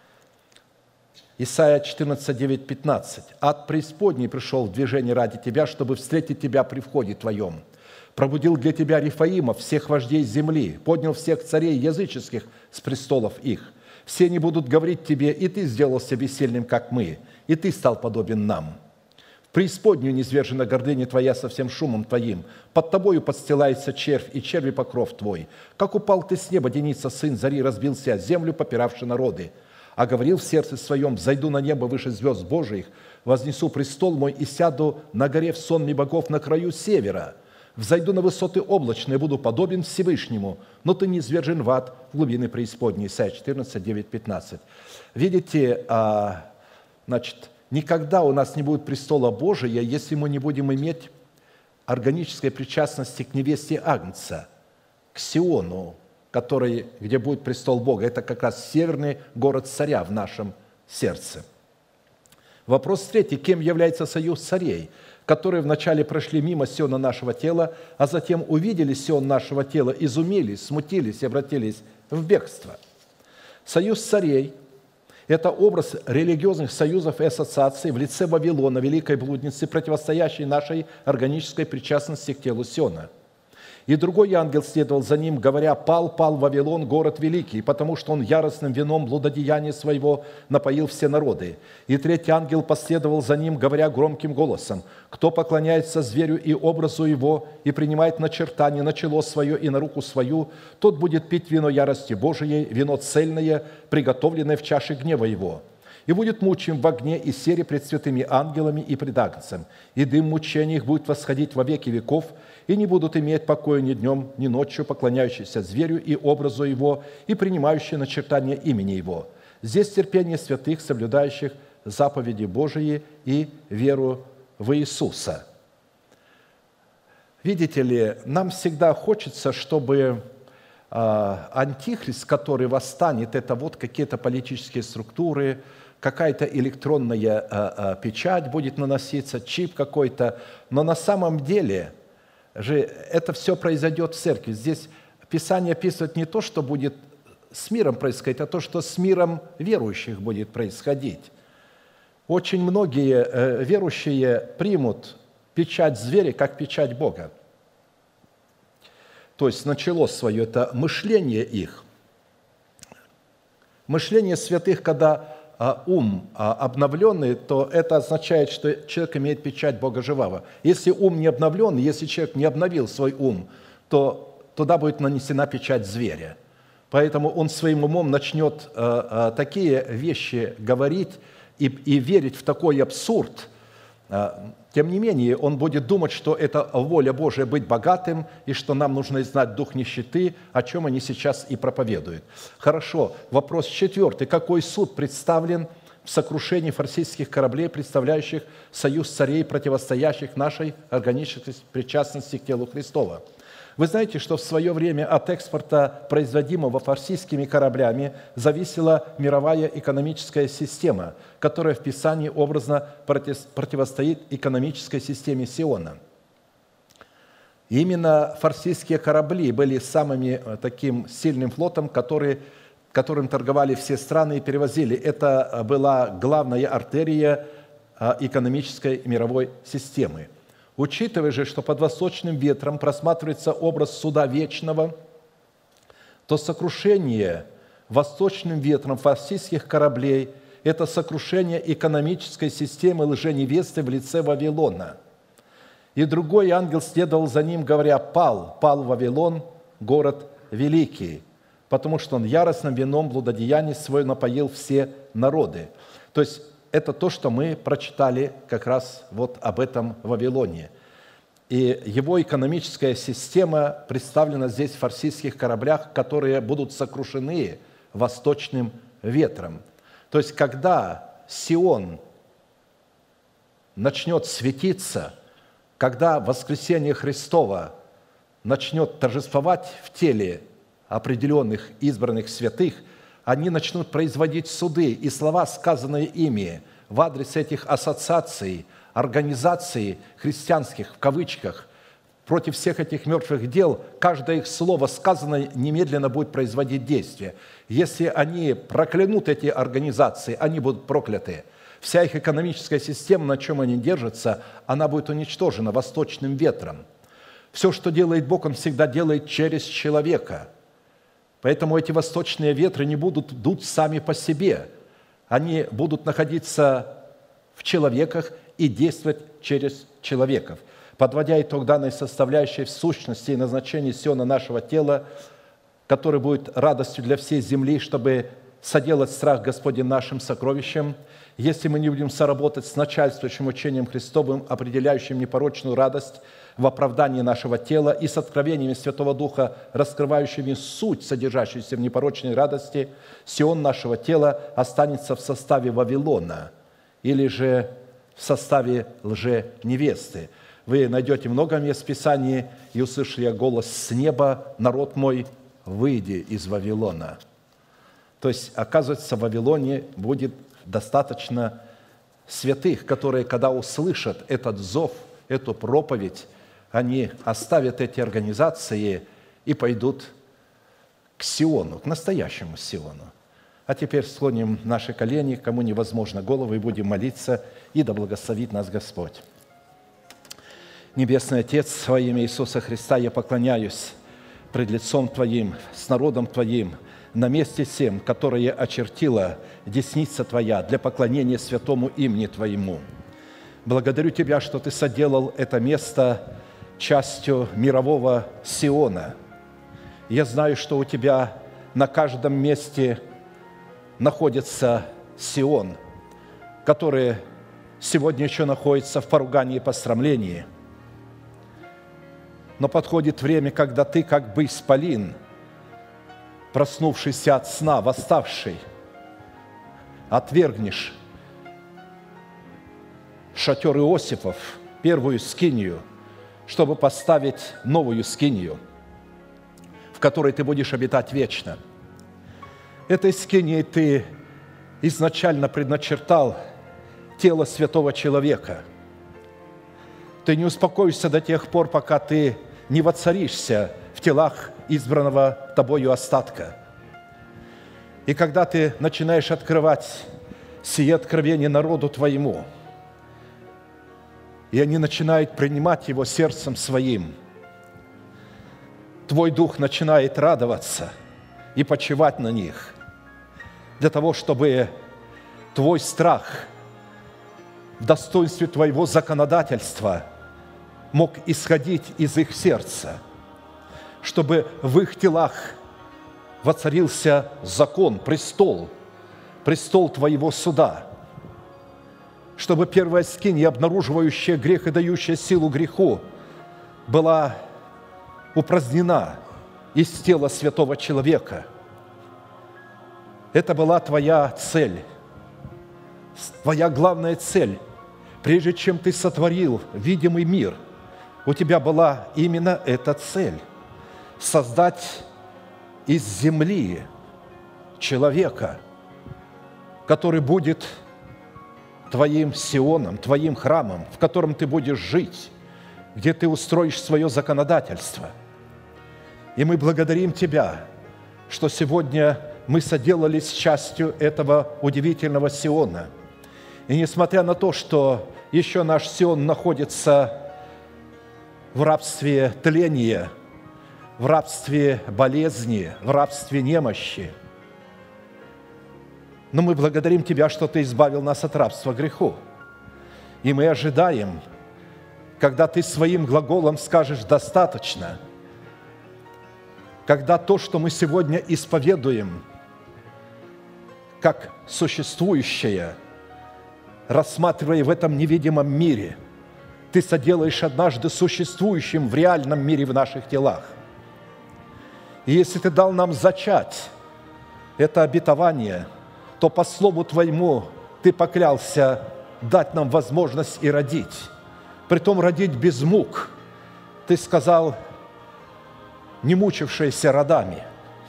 Исайя четырнадцать, девять, пятнадцать. «Ад преисподней пришел в движение ради тебя, чтобы встретить тебя при входе твоем. Пробудил для тебя Рифаима, всех вождей земли, поднял всех царей языческих с престолов их. Все они будут говорить тебе, и ты сделался бессильным, как мы, и ты стал подобен нам. В преисподнюю низвержена гордыня твоя со всем шумом твоим, под тобою подстилается червь, и черви покров твой. Как упал ты с неба, Деница, сын зари, разбился о землю, попиравши народы. А говорил в сердце своем: зайду на небо выше звезд Божиих, вознесу престол мой и сяду на горе в сонме богов на краю севера. Взойду на высоты облачные, буду подобен Всевышнему, но ты низвержен в ад, в глубины преисподней». Исайя четырнадцать, девять, пятнадцать. Видите, значит, никогда у нас не будет престола Божия, если мы не будем иметь органической причастности к невесте Агнца, к Сиону, который, где будет престол Бога. Это как раз северный город царя в нашем сердце. Вопрос третий. Кем является союз царей, которые вначале прошли мимо Сиона нашего тела, а затем увидели Сион нашего тела, изумились, смутились и обратились в бегство? Союз царей – это образ религиозных союзов и ассоциаций в лице Вавилона, великой блудницы, противостоящей нашей органической причастности к телу Сиона. И другой ангел следовал за ним, говоря: «Пал, пал Вавилон, город великий, потому что он яростным вином блудодеяния своего напоил все народы». И третий ангел последовал за ним, говоря громким голосом: «Кто поклоняется зверю и образу его, и принимает начертание на чело свое и на руку свою, тот будет пить вино ярости Божией, вино цельное, приготовленное в чаше гнева его. И будет мучим в огне и сере пред святыми ангелами и пред Агнцем, и дым мучений их будет восходить во веки веков, и не будут иметь покоя ни днем, ни ночью, поклоняющиеся зверю и образу его, и принимающие начертание имени его. Здесь терпение святых, соблюдающих заповеди Божии и веру в Иисуса». Видите ли, нам всегда хочется, чтобы антихрист, который восстанет, это вот какие-то политические структуры, какая-то электронная печать будет наноситься, чип какой-то. Но на самом деле же это все произойдет в церкви. Здесь Писание описывает не то, что будет с миром происходить, а то, что с миром верующих будет происходить. Очень многие верующие примут печать зверя как печать Бога. То есть начало свое – это мышление их. Мышление святых, когда ум обновленный, то это означает, что человек имеет печать Бога живого. Если ум не обновлен, если человек не обновил свой ум, то туда будет нанесена печать зверя. Поэтому он своим умом начнет такие вещи говорить и, и верить в такой абсурд. Тем не менее, он будет думать, что это воля Божия быть богатым, и что нам нужно знать дух нищеты, о чем они сейчас и проповедуют. Хорошо, вопрос четвертый. Какой суд представлен в сокрушении фарсийских кораблей, представляющих союз царей, противостоящих нашей органической причастности к телу Христова? Вы знаете, что в свое время от экспорта, производимого фарсийскими кораблями, зависела мировая экономическая система, которая в Писании образно противостоит экономической системе Сиона. И именно фарсийские корабли были самым таким сильным флотом, который, которым торговали все страны и перевозили. Это была главная артерия экономической мировой системы. Учитывая же, что под восточным ветром просматривается образ суда вечного, то сокрушение восточным ветром фарсийских кораблей – это сокрушение экономической системы лженевесты в лице Вавилона. И другой ангел следовал за ним, говоря: «Пал, пал Вавилон, город великий, потому что он яростным вином блудодеяний свой напоил все народы». То есть это то, что мы прочитали как раз вот об этом Вавилоне. И его экономическая система представлена здесь в фарсийских кораблях, которые будут сокрушены восточным ветром. То есть, когда Сион начнет светиться, когда воскресение Христово начнет торжествовать в теле определенных избранных святых, они начнут производить суды, и слова, сказанные ими в адрес этих ассоциаций, организаций христианских, в кавычках, против всех этих мертвых дел, каждое их слово, сказанное, немедленно будет производить действие. Если они проклянут эти организации, они будут прокляты. Вся их экономическая система, на чем они держатся, она будет уничтожена восточным ветром. Все, что делает Бог, Он всегда делает через человека. Поэтому эти восточные ветры не будут дуть сами по себе. Они будут находиться в человеках и действовать через человеков. Подводя итог данной составляющей в сущности и назначении Сиона нашего тела, который будет радостью для всей земли, чтобы соделать страх Господень нашим сокровищем, если мы не будем соработать с начальствующим учением Христовым, определяющим непорочную радость в оправдании нашего тела, и с откровениями Святого Духа, раскрывающими суть, содержащуюся в непорочной радости, Сион нашего тела останется в составе Вавилона или же в составе лженевесты. Вы найдете много мест в Писании, и услышали я голос с неба: «Народ мой, выйди из Вавилона». То есть, оказывается, в Вавилоне будет достаточно святых, которые, когда услышат этот зов, эту проповедь, они оставят эти организации и пойдут к Сиону, к настоящему Сиону. А теперь склоним наши колени, кому невозможно голову, и будем молиться, и да благословит нас Господь. Небесный Отец, во имя Иисуса Христа я поклоняюсь пред лицом Твоим, с народом Твоим, на месте всем, которое очертила десница Твоя для поклонения святому имени Твоему. Благодарю Тебя, что Ты соделал это место частью мирового Сиона. Я знаю, что у Тебя на каждом месте находится Сион, который сегодня еще находится в поругании и посрамлении. Но подходит время, когда Ты, как бы исполин, проснувшийся от сна, восставший, отвергнешь шатер Иосифов, первую скинию, чтобы поставить новую скинию, в которой ты будешь обитать вечно. Этой скинией ты изначально предначертал тело святого человека. Ты не успокоишься до тех пор, пока ты не воцаришься в телах избранного тобою остатка. И когда ты начинаешь открывать сие откровение народу твоему, и они начинают принимать его сердцем своим, твой дух начинает радоваться и почивать на них, для того, чтобы твой страх в достоинстве твоего законодательства мог исходить из их сердца, чтобы в их телах воцарился закон, престол, престол твоего суда, чтобы первая скинья, обнаруживающая грех и дающая силу греху, была упразднена из тела святого человека. Это была твоя цель, твоя главная цель. Прежде чем ты сотворил видимый мир, у тебя была именно эта цель – создать из земли человека, который будет твоим Сионом, твоим храмом, в котором ты будешь жить, где ты устроишь свое законодательство. И мы благодарим Тебя, что сегодня мы соделались частью этого удивительного Сиона. И несмотря на то, что еще наш Сион находится в рабстве тления, в рабстве болезни, в рабстве немощи, но мы благодарим Тебя, что Ты избавил нас от рабства греху. И мы ожидаем, когда Ты своим глаголом скажешь «достаточно», когда то, что мы сегодня исповедуем, как существующее, рассматривая в этом невидимом мире, Ты соделаешь однажды существующим в реальном мире в наших телах. И если Ты дал нам зачать это обетование, то по слову Твоему Ты поклялся дать нам возможность и родить, притом родить без мук. Ты сказал, не мучившаяся родами,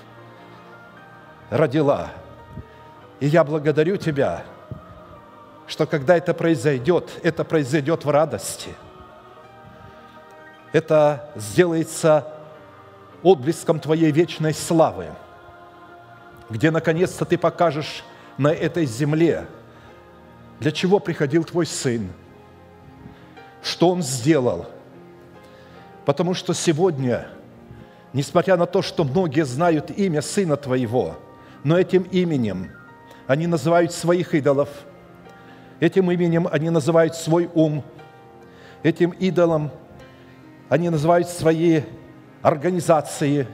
родила. И я благодарю Тебя, что когда это произойдет, это произойдет в радости. Это сделается отблеском Твоей вечной славы, где наконец-то Ты покажешь на этой земле, для чего приходил Твой Сын, что Он сделал. Потому что сегодня, несмотря на то, что многие знают имя Сына Твоего, но этим именем они называют своих идолов, этим именем они называют свой ум, этим идолом они называют свои организации.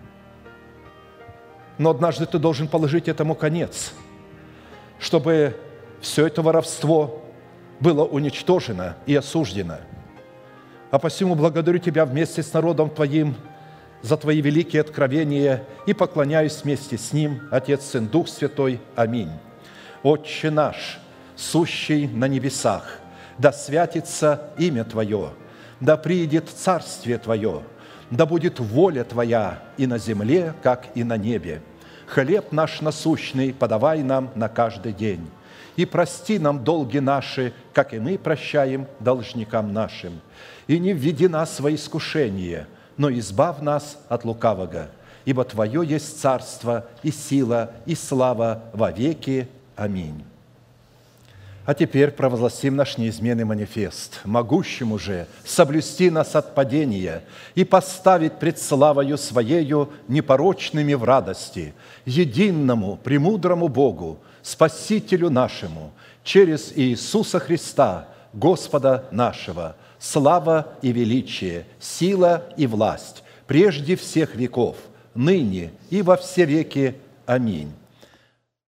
Но однажды ты должен положить этому конец, чтобы все это воровство было уничтожено и осуждено. А посему благодарю Тебя вместе с народом Твоим за Твои великие откровения и поклоняюсь вместе с ним, Отец, Сын, Дух Святой. Аминь. Отче наш, сущий на небесах, да святится имя Твое, да приидет Царствие Твое, Да будет воля Твоя и на земле, как и на небе. Хлеб наш насущный подавай нам на каждый день. И прости нам долги наши, как и мы прощаем должникам нашим. И не введи нас во искушение, но избавь нас от лукавого. Ибо Твое есть царство, и сила, и слава во веки. Аминь. А теперь провозгласим наш неизменный манифест, могущему же соблюсти нас от падения и поставить пред славою Своею непорочными в радости, единому, премудрому Богу, Спасителю нашему, через Иисуса Христа, Господа нашего, слава и величие, сила и власть, прежде всех веков, ныне и во все веки. Аминь.